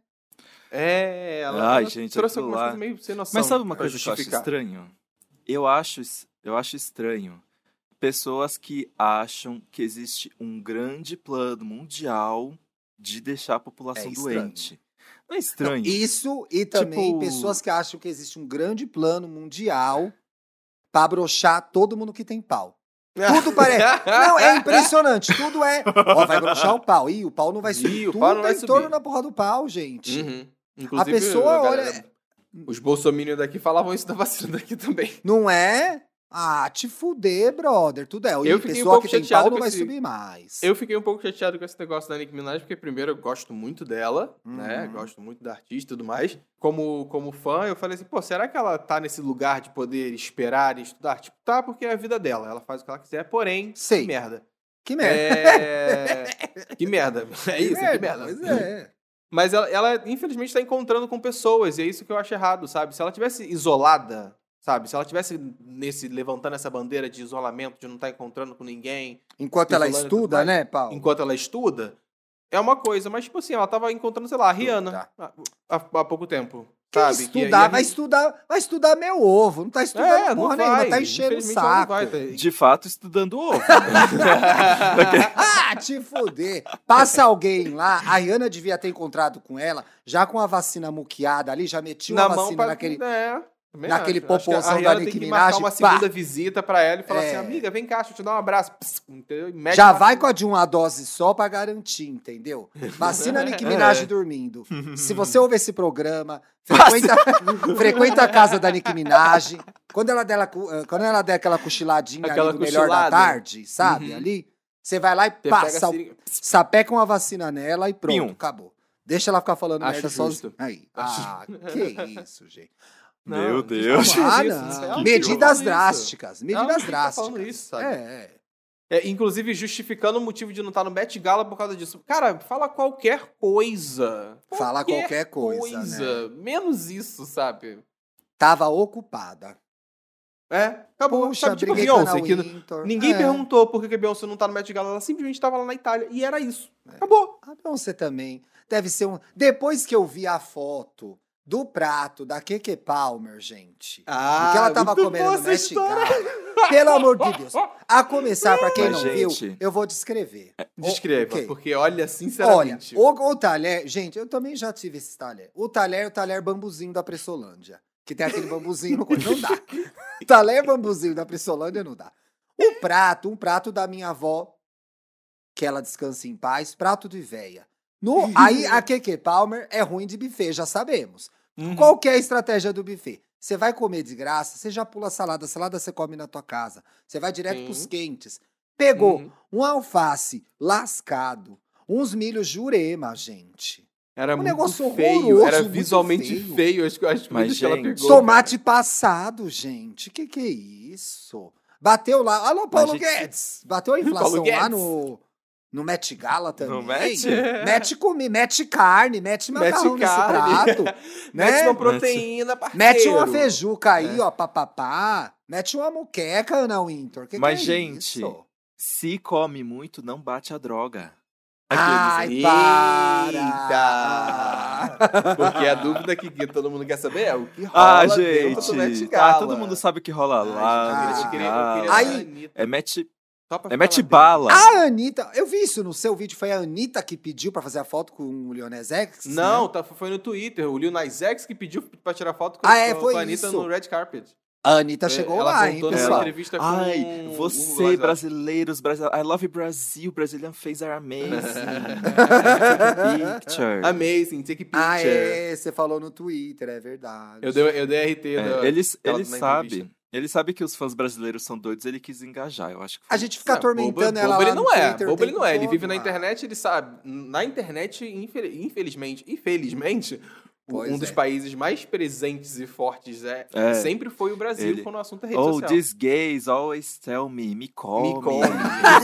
É, ela, Ai, ela gente, trouxe aquilo algumas lá- coisas meio sem noção. Mas sabe uma pra coisa que eu acho justificar. estranho? Eu acho, es- eu acho estranho pessoas que acham que existe um grande plano mundial de deixar a população É estranho. doente. Não é estranho? Não, isso e também Tipo- pessoas que acham que existe um grande plano mundial pra broxar todo mundo que tem pau. Tudo parece. Não, é impressionante. Tudo é. Ó, vai broxar o pau. Ih, o pau não vai subir. Ih, o Tudo pau não vai é em torno subir. da porra do pau, gente. Uhum. Inclusive, A pessoa galera- olha- Os bolsominions daqui falavam isso da vacina daqui também. Não é? Ah, te fuder, brother. Tudo é. E Eu fiquei um pessoa pouco que tem chateado pau não com vai esse- subir mais. Eu fiquei um pouco chateado com esse negócio da Nicki Minaj, porque primeiro eu gosto muito dela, né? Uhum. Gosto muito da artista e tudo mais. Como, como fã, eu falei assim, pô, será que ela tá nesse lugar de poder esperar e estudar? Tipo, tá, porque é a vida dela. Ela faz o que ela quiser, porém, Sei. que merda. Que merda. É... que merda. É isso, que merda. Pois é. Mas ela, ela, infelizmente, tá encontrando com pessoas, e é isso que eu acho errado, sabe? Se ela tivesse isolada, sabe? Se ela tivesse nesse, levantando essa bandeira de isolamento, de não estar encontrando com ninguém, Enquanto ela Isolando e tudo estuda, mais. né, Paulo? enquanto ela estuda, é uma coisa. Mas, tipo assim, ela tava encontrando, sei lá, a Rihanna há, há- há pouco tempo, Quem sabe? Que- estudar, e a vai Ri- estudar, vai estudar meu ovo. Não tá estudando É, não porra nenhuma, vai. tá enchendo o Infelizmente, ela não saco. vai, tá- De fato, estudando ovo. Ah, te fuder. Passa alguém lá, a Rihanna devia ter encontrado com ela, já com a vacina muqueada ali, já metia uma na mão vacina pra... naquele... É, também naquele acho. Acho que a popozão da Rihanna Nicki tem que Minaj, marcar uma pá. segunda visita pra ela e falar É. assim, amiga, vem cá, deixa eu te dar um abraço. Pss, entendeu? E mete Já uma vai vacina. com a de uma dose só pra garantir, entendeu? Vacina Nicki Minaj É. dormindo. Se você ouve esse programa, frequenta, frequenta a casa da Nicki Minaj. Quando ela der, ela- quando ela der aquela cochiladinha Aquela ali do melhor da cochilada. tarde, sabe? Uhum. Ali, você vai lá e Você pega a passa, o- seringa- sapeca uma vacina nela e pronto, Pium. acabou. Deixa ela ficar falando Acho merda justo. sozinha. Aí. Acho- Ah, que isso, gente. Meu de Deus. forma Ah, alguma, não. isso, ela não Medidas falando isso. drásticas. Ela Medidas não tá drásticas. falando isso, sabe? É, é. É, inclusive justificando o motivo de não estar no Met Gala por causa disso. Cara, fala qualquer coisa. Fala qualquer coisa, né? Menos isso, sabe? Tava ocupada. É, acabou. Puxa, sabe, tipo a briguei com a Beyoncé, Ana que Wintour. ninguém É. perguntou por que que a Beyoncé não tá no Met Gala. Ela simplesmente estava lá na Itália. E era isso. Acabou. A Beyoncé também. Deve ser um... Depois que eu vi a foto do prato da Keke Palmer, gente. Ah, que ela tava muito comendo boa no essa Met história. Gala. Pelo amor de Deus. A começar, pra quem Mas, não gente- viu, eu vou descrever. Descreva, Ok. porque olha, Olha, sinceramente. o, o talher... Gente, eu também já tive esse talher. O talher é o talher bambuzinho da Pressolândia. Que tem aquele bambuzinho no... Não dá. Talher bambuzinho da Pressolândia não dá. O prato, um prato da minha avó, que ela descanse em paz, prato de véia. No, aí a Keke Palmer é ruim de buffet, já sabemos. Uhum. Qual que é a estratégia do buffet? Você vai comer de graça, você já pula salada, salada você come na tua casa. Você vai direto Sim. pros quentes. Pegou Uhum. um alface lascado, uns milhos jurema, gente. Era Um muito negócio feio, horroroso, era muito visualmente feio. feio, as, as comidas que ela gente, pegou. Tomate passado, gente. Que que é isso? Bateu lá. Alô, Paulo gente- Guedes. Bateu a inflação Paulo lá Guedes. no, no Met Gala também. No Met? Mete comi, mete carne, mete Mete macarrão nesse carne. prato. Mete né? uma proteína, parceiro. Mete uma feijuca aí, É. ó, papapá. Mete uma muqueca, Ana Wintour. Que Mas, que é gente, isso? Se come muito, não bate a droga. Ai, Aqueles, para! Eita! Ah, porque a dúvida que, que todo mundo quer saber é o que rola Ah, dentro do Met gente. Gala. Ah, todo mundo sabe o que rola lá. Ah, no gente, Met eu queria- eu Gala. queria Aí- a Anitta. É Met, Só pra é ficar Met na Bala. A Anitta, eu vi isso no seu vídeo, foi a Anitta que pediu pra fazer a foto com o Lil Nas X? Não, né? tá, foi no Twitter. O Lil Nas X que pediu pra tirar foto com, Ah, é, com- foi com a Anitta isso. no Red Carpet. A Anitta chegou Ela lá, hein, contou numa pessoal? entrevista com Ai, o- você, o Lil- brasileiros, Brasil, I love Brazil, Brazilian faces are amazing. Take a picture. Amazing, take a picture. Ah, é, você falou no Twitter, é verdade. Eu dei, eu dei R T. É, da- ele dela ele na sabe, entrevista. ele sabe que os fãs brasileiros são doidos, ele quis engajar, eu acho que foi A gente fica Não, atormentando bobo- ela bobo lá ele no não é, Twitter o bobo ele tempo não é. Ele todo, vive na ah. internet, ele sabe. Na internet, infel- infelizmente, infelizmente, o- Pois um dos é. países mais presentes e fortes é, É. sempre foi o Brasil Ele- quando o assunto é rede Oh, social. these gays always tell me, me come. Me come.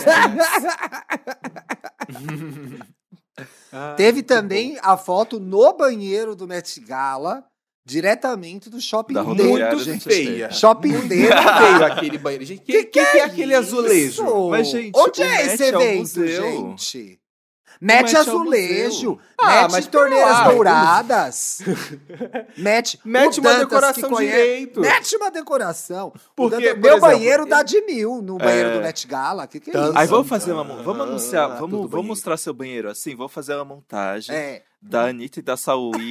Ah, Teve muito também a foto no banheiro do Met Gala, diretamente do shopping Da dele. rodoviária muito do gente. feia. Shopping Muito dele. feio aquele banheiro. Gente, que, que, que é aquele azulejo? Isso? Mas, gente, onde o é Met esse é um evento, museu. gente? Mete Met é um azulejo, museu. Ah, mete mas torneiras pera lá, douradas, mete, Mete o uma Dantas, decoração que conhece- direito. Mete uma decoração. O Porque, Dantas- por meu exemplo, banheiro eu- dá de mil no banheiro É. do Met Gala. Que que é Tanto. isso? Aí vamos fazer uma mon- vamos Ah, anunciar, tudo vamos, banheiro. vamos mostrar seu banheiro assim, vamos fazer uma montagem É, da Anitta e da Saúde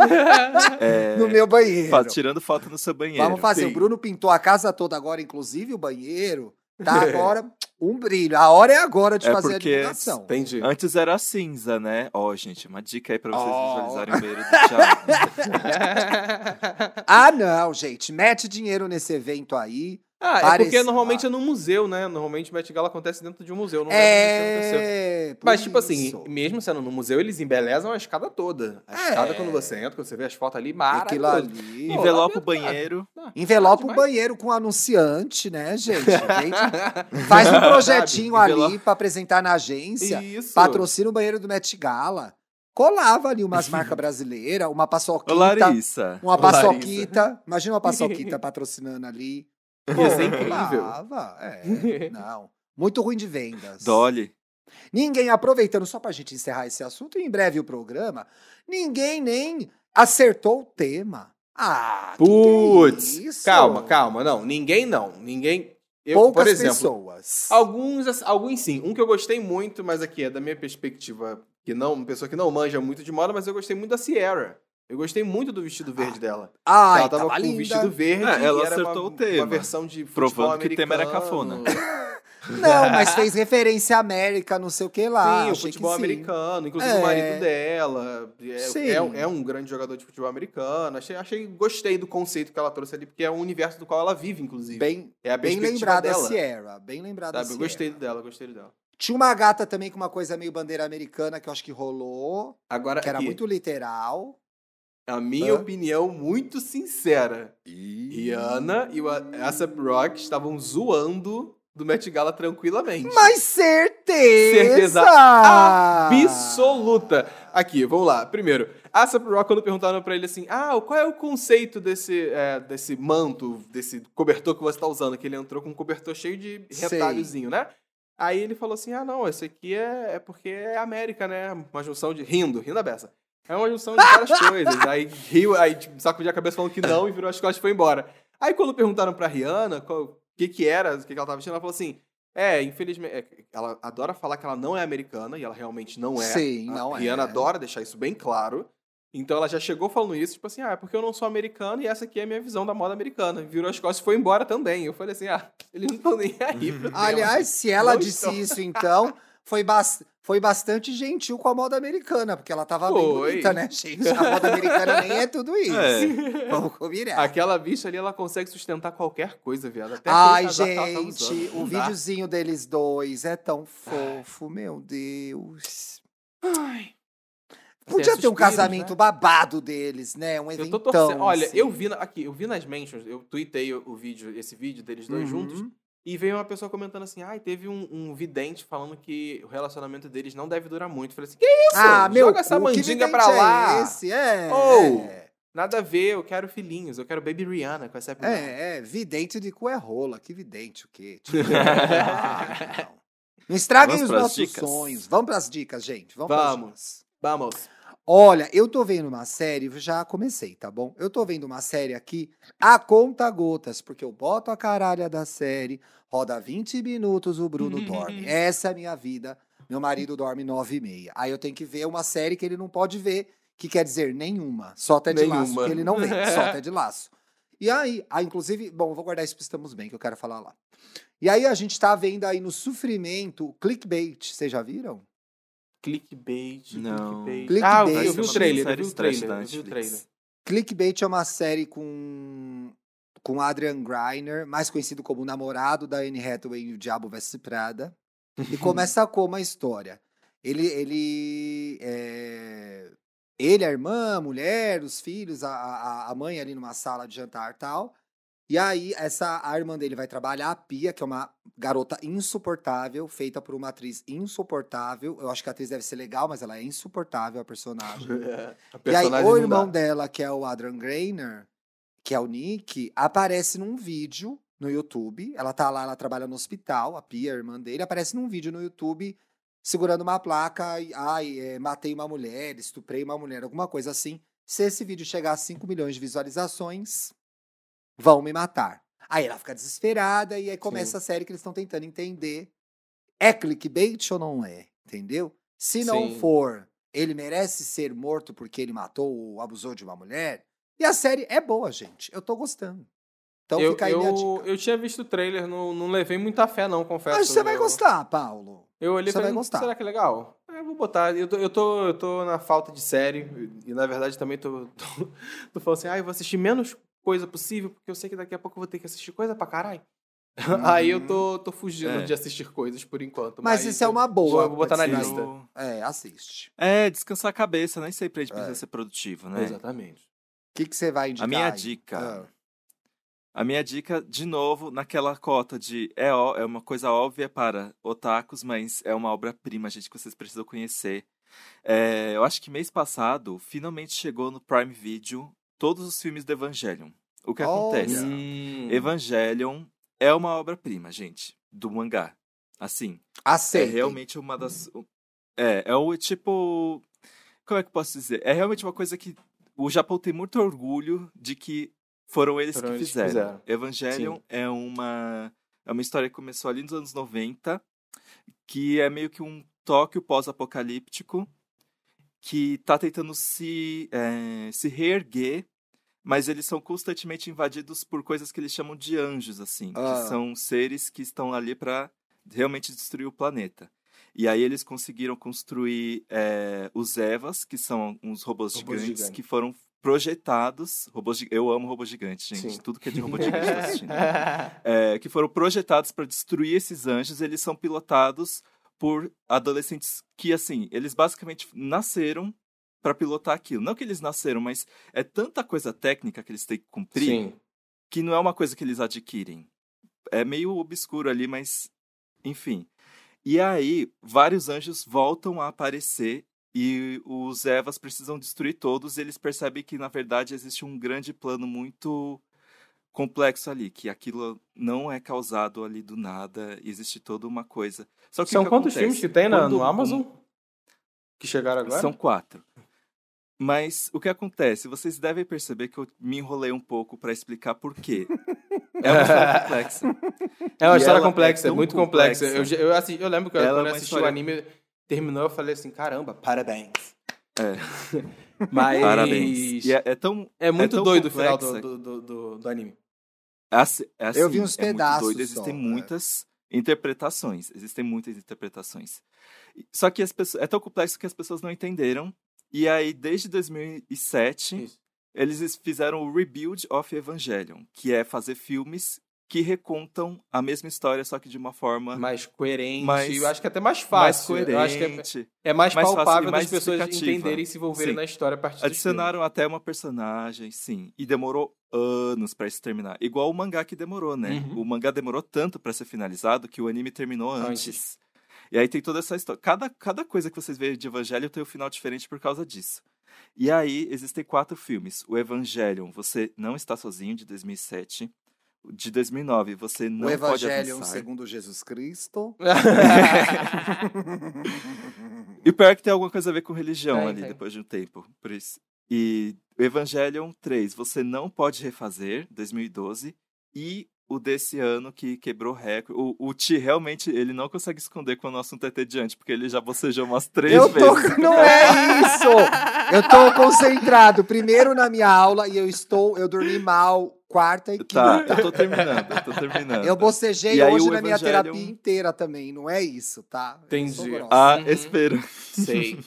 é, no meu banheiro. fa- tirando foto no seu banheiro. Vamos fazer. Sim. O Bruno pintou a casa toda agora, inclusive o banheiro. Tá agora um brilho. A hora é agora de É fazer porque a divulgação. Entendi. Antes era cinza, né? Ó, gente, uma dica aí pra vocês Ó. visualizarem o banheiro do Thiago. Ah, não, gente. Mete dinheiro nesse evento aí. Ah, é Parece- porque normalmente é no museu, né? Normalmente o Met Gala acontece dentro de um museu, não é aconteceu. É. por Mas, tipo assim, isso. mesmo sendo no museu, eles embelezam a escada toda. A É. escada, quando você entra, quando você vê as fotos ali, Aquilo maravilhoso. ali. Pô, Envelopa o lá dentro, banheiro. ah, Envelopa o demais. banheiro com anunciante, né, gente? Vende- faz um projetinho Sabe, ali envelopa- pra apresentar na agência. Isso. Patrocina o banheiro do Met Gala. Colava ali umas marcas brasileiras, uma Ô, paçoquita. Larissa. Uma Ô, Larissa. paçoquita. Imagina uma paçoquita patrocinando ali. Ia ser Pô, incrível. colava, é, não. Muito ruim de vendas. Dolly. Ninguém, aproveitando só pra gente encerrar esse assunto, e em breve o programa, ninguém nem acertou o tema. Ah, que que é Putz, isso? calma, calma. Não, ninguém não. Ninguém. Eu, Poucas por exemplo, pessoas. Alguns, alguns sim. Um que eu gostei muito, mas aqui é da minha perspectiva, que não, uma pessoa que não manja muito de moda, mas eu gostei muito da Sierra. Eu gostei muito do vestido verde dela. Ai, ela tava tava com linda. um vestido verde É, ela e era acertou uma, o tema. uma versão de futebol Provando que o tema era americano. Não, mas fez referência à América, não sei o que lá. Sim, o achei que futebol sim. americano, inclusive É. o marido dela. É, Sim. é, é um grande jogador de futebol americano. Achei, achei, gostei do conceito que ela trouxe ali, porque é um universo do qual ela vive, inclusive. Bem, é a bem perspectiva lembrada a dela. Sierra. Bem lembrada a Sabe? Eu Sierra. gostei dela, gostei dela. Tinha uma gata também com uma coisa meio bandeira americana que eu acho que rolou, Agora, que era aqui, muito literal. a minha Hã? opinião muito sincera. Rihanna e o A$ap Rocky estavam zoando do Met Gala tranquilamente. Mas certeza! Certeza absoluta. Aqui, vamos lá. Primeiro, A$ap Rocky, quando perguntaram pra ele assim, ah, qual é o conceito desse, é, desse manto, desse cobertor que você tá usando? Que ele entrou com um cobertor cheio de retalhozinho, né? Aí ele falou assim, ah, não, esse aqui é, é porque é América, né? Uma junção de... Rindo, rindo a beça. É uma junção de várias coisas. Aí riu, aí tipo, sacudiu a cabeça falando que não e virou as costas e foi embora. Aí quando perguntaram pra Rihanna qual, o que que era, o que que ela tava vestindo, ela falou assim, é, infelizmente, é, ela adora falar que ela não é americana, e ela realmente não é. Sim, A não é. Rihanna adora deixar isso bem claro. Então ela já chegou falando isso, tipo assim, ah, é porque eu não sou americana e essa aqui é a minha visão da moda americana. Virou as costas e foi embora também. Eu falei assim, ah, eles não estão nem aí pro tema. Aliás, se ela Não disse estão. isso, então, foi, bas- foi bastante gentil com a moda americana, porque ela tava bem Foi. bonita, né, gente? A moda americana nem é tudo isso. É. Vamos combinar. Aquela bicha ali, ela consegue sustentar qualquer coisa, viado. Até Ai, aquele casaco que ela tá gente, usando. o Não dá. videozinho deles dois é tão fofo, meu Deus. Ai. Podia Assim, ter um suspiros, casamento né? babado deles, né? Um Eu eventão. tô torcendo. Olha, assim. eu vi na- aqui, eu vi nas mentions, eu tuitei o, o vídeo, esse vídeo deles dois Uhum. juntos, e veio uma pessoa comentando assim, ai, teve um, um vidente falando que o relacionamento deles não deve durar muito. Eu falei assim, que isso? Ah, meu Joga essa cu, que mandinga vidente pra lá. É esse? É. Ou- é. Nada a ver, eu quero filhinhos, eu quero Baby Rihanna com essa É, é, vidente de cu é rola. Que vidente o quê? Tipo, ah, não. Não estraguem Vamos os pras nossos dicas? sonhos. Vamos pras dicas, gente. Vamos, Vamos. pras dicas. Vamos. Olha, eu tô vendo uma série, já comecei, tá bom? Eu tô vendo uma série aqui a conta gotas, porque eu boto a caralha da série, roda vinte minutos, o Bruno dorme. Essa é a minha vida. Meu marido dorme nove e meia. Aí eu tenho que ver uma série que ele não pode ver, que quer dizer nenhuma. Só Ted Lasso Nenhuma. que ele não vê, só Ted Lasso. E aí, ah, inclusive, bom, eu vou guardar isso pro Estamos Bem, que eu quero falar lá. E aí a gente tá vendo aí no sofrimento clickbait, vocês já viram? Clickbait, Não. clickbait. Clickbait. Ah, eu vi, eu vi Essa é o uma trailer, eu série vi o trash trailer, da eu vi o Netflix. trailer. Clickbait é uma série com com Adrian Griner, mais conhecido como o namorado da Anne Hathaway em O Diabo Veste Prada. E começa como a história. Ele, ele, é, ele, a irmã, a mulher, os filhos, a, a, a mãe ali numa sala de jantar e tal. E aí, essa, a irmã dele vai trabalhar, a Pia, que é uma garota insuportável, feita por uma atriz insuportável. Eu acho que a atriz deve ser legal, mas ela é insuportável, a personagem. A E aí, personagem o não irmão dá. dela, que é o Adrian Griner, que é o Nick, aparece num vídeo no YouTube. Ela tá lá, ela trabalha no hospital, a Pia, a irmã dele, aparece num vídeo no YouTube segurando uma placa, e, ai, é, matei uma mulher, estuprei uma mulher, alguma coisa assim. Se esse vídeo chegar a cinco milhões de visualizações, vão me matar. Aí ela fica desesperada e aí começa Sim. a série que eles estão tentando entender. É clickbait ou não é? Entendeu? Se não Sim. for, ele merece ser morto porque ele matou ou abusou de uma mulher. E a série é boa, gente. Eu tô gostando. Então eu, fica aí minha eu, dica. eu tinha visto o trailer, não, não levei muita fé, não, confesso. Mas você vai Eu- gostar, Paulo. Eu olhei e Você vai falei, gostar. será que é legal? É, eu vou botar. Eu tô, eu, tô, eu tô na falta de série. E, na verdade, também tô, tô, tô falando assim, ah, eu vou assistir menos coisa possível, porque eu sei que daqui a pouco eu vou ter que assistir coisa pra caralho. Aí eu tô, tô fugindo É. de assistir coisas por enquanto. Mas isso é uma boa Vou, vou botar pra na distrair. lista. É, assiste. É, descansar a cabeça, nem sempre a gente precisa É. ser produtivo, né? Exatamente. O que, que você vai indicar A minha aí? dica. Ah. A minha dica, de novo, naquela cota de é, ó- é uma coisa óbvia para otakus, mas é uma obra-prima, gente, que vocês precisam conhecer. É, eu acho que mês passado, finalmente chegou no Prime Video todos os filmes do Evangelion. O que Olha. acontece? Hum. Evangelion é uma obra-prima, gente, do mangá. Assim, é Aceitem. realmente uma das... É, é o tipo... Como é que eu posso dizer? É realmente uma coisa que o Japão tem muito orgulho de que foram eles Foram que eles que fizeram. fizeram. Evangelion Sim. é uma, é uma história que começou ali nos anos noventa, que é meio que um Tóquio pós-apocalíptico, que tá tentando se, é, se reerguer, mas eles são constantemente invadidos por coisas que eles chamam de anjos, assim, Ah. que são seres que estão ali para realmente destruir o planeta. E aí eles conseguiram construir é, os Evas, que são uns robôs, Robôs gigantes, gigantes. que foram projetados. Robôs, gi- eu amo robôs gigantes, gente. Sim. Tudo que é de robô gigante eu tô assistindo. É, que foram projetados para destruir esses anjos. Eles são pilotados por adolescentes que, assim, eles basicamente nasceram para pilotar aquilo. Não que eles nasceram, mas é tanta coisa técnica que eles têm que cumprir Sim. que não é uma coisa que eles adquirem. É meio obscuro ali, mas enfim. E aí, vários anjos voltam a aparecer e os Evas precisam destruir todos. E eles percebem que, na verdade, existe um grande plano muito complexo ali, que aquilo não é causado ali do nada, existe toda uma coisa. Só que o São que quantos acontece? filmes que tem na, Quando no um- Amazon? Que chegaram agora? São quatro. Mas o que acontece? Vocês devem perceber que eu me enrolei um pouco para explicar por quê. É uma história complexa. É uma E história ela complexa, é é tão muito complexa. complexa. Eu, já- eu, assi- eu lembro que eu- Ela quando é eu uma assisti história- o anime, terminou, eu falei assim, caramba, parabéns. É, Mas parabéns. E é, é tão, é muito tão doido o final complexa. do, do, do, do- do anime. É assim, é assim, Eu vi uns é muito pedaços doido. só, Existem é. muitas interpretações. Existem muitas interpretações. Só que as pessoas, é tão complexo que as pessoas não entenderam. E aí, desde dois mil e sete, Isso. eles fizeram o Rebuild of Evangelion, que é fazer filmes que recontam a mesma história, só que de uma forma Mais coerente, Mais- eu acho que é até mais mais fácil. Eu acho que é, coerente. é mais, mais fácil e palpável mais das pessoas explicativa. entenderem e se envolverem Sim. na história a partir dos Adicionaram até uma personagem, sim. E demorou anos pra isso terminar. Igual o mangá que demorou, né? Uhum. O mangá demorou tanto pra ser finalizado que o anime terminou antes. Antes. E aí tem toda essa história. Cada, cada coisa que vocês veem de Evangelion tem um final diferente por causa disso. E aí existem quatro filmes. O Evangelion, Você Não Está Sozinho, de dois mil e sete. De dois mil e nove, Você Não O Pode Evangelho Avançar. segundo Jesus Cristo. filmes. E pior é que tem alguma coisa a ver com religião Tem, ali, tem. depois de um tempo. Por isso. E Evangelion três, Você Não Pode Refazer, dois mil e doze. E o desse ano que quebrou recorde. O, o Ti realmente, ele não consegue esconder quando o assunto é tediante, porque ele já bocejou umas três Eu tô, vezes. não é isso! Eu tô concentrado primeiro na minha aula e eu estou, eu dormi mal quarta e Tá, quinta. eu tô terminando, eu tô terminando. Eu bocejei E aí hoje o na minha Evangelion- terapia inteira também, não é isso, tá? Eu sou Entendi. grossa. A Uhum. Esperança. Sei.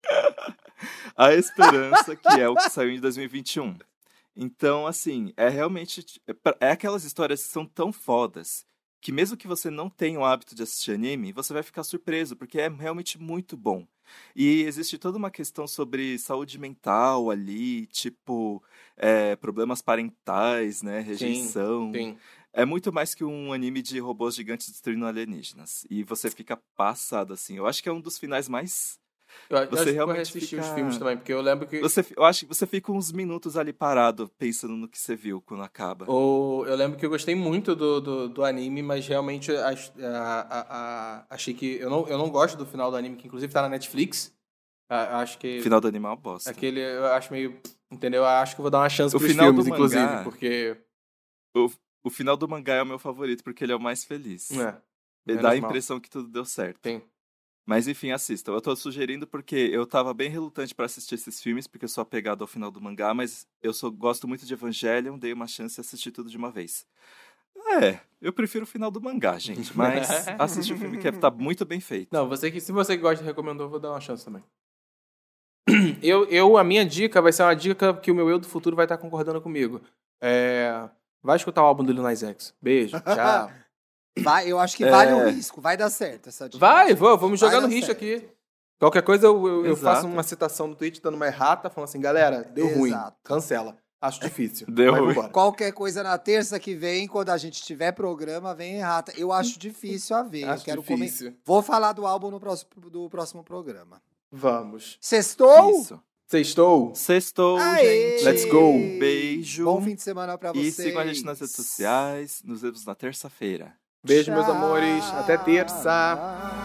A Esperança, que é o que saiu em dois mil e vinte e um. Então, assim, é realmente... é pra- É aquelas histórias que são tão fodas que mesmo que você não tenha o hábito de assistir anime, você vai ficar surpreso, porque é realmente muito bom. E existe toda uma questão sobre saúde mental ali, tipo, é, problemas parentais, né, rejeição. Sim. É muito mais que um anime de robôs gigantes destruindo alienígenas. E você fica passado, assim. Eu acho que é um dos finais mais... Eu, eu Você acho que eu realmente assisti fica- os filmes também, porque eu lembro que. Você, fi- eu acho que você fica uns minutos ali parado, pensando no que você viu quando acaba. O, eu lembro que eu gostei muito do, do, do anime, mas realmente ach- a- a- a- achei que. Eu não, eu não gosto do final do anime, que inclusive tá na Netflix. A- acho que. Final do animal, bosta. Aquele eu acho meio. Entendeu? Eu acho que eu vou dar uma chance O pros final do filmes, inclusive, mangá- porque. O final do mangá é o meu favorito, porque ele é o mais feliz. É, Ele menos dá a mal. impressão que tudo deu certo. Tem. Mas enfim, assistam. Eu tô sugerindo porque eu tava bem relutante pra assistir esses filmes, porque eu sou apegado ao final do mangá, mas eu sou, gosto muito de Evangelion, dei uma chance de assistir tudo de uma vez. É, eu prefiro o final do mangá, gente, mas assiste o filme que tá muito bem feito. Não, você que, se você que gosta e recomendou, eu vou dar uma chance também. Eu, eu, a minha dica vai ser uma dica que o meu eu do futuro vai estar concordando comigo. É, vai escutar o álbum do Lil Nas X. Beijo, tchau. Vai, eu acho que É. vale o risco, vai dar certo essa dica. Vai, vou, vamos Vai jogar no dar risco certo. aqui. Qualquer coisa eu, eu, eu Exato. faço uma citação no tweet dando uma errata, falando assim, galera, deu ruim, Exato. cancela. Acho difícil. Deu Mas ruim. vambora. Qualquer coisa na terça que vem, quando a gente tiver programa, vem errata. Eu acho difícil a ver. Acho eu quero difícil. comer. Vou falar do álbum no próximo, do próximo programa. Vamos. Sextou? Isso. Sextou? Sextou, Aê! gente. Let's go. Um beijo. Bom fim de semana pra E vocês. sigam a gente nas redes sociais. Nos vemos na terça-feira. Beijo, meus Tchau. amores. Até terça.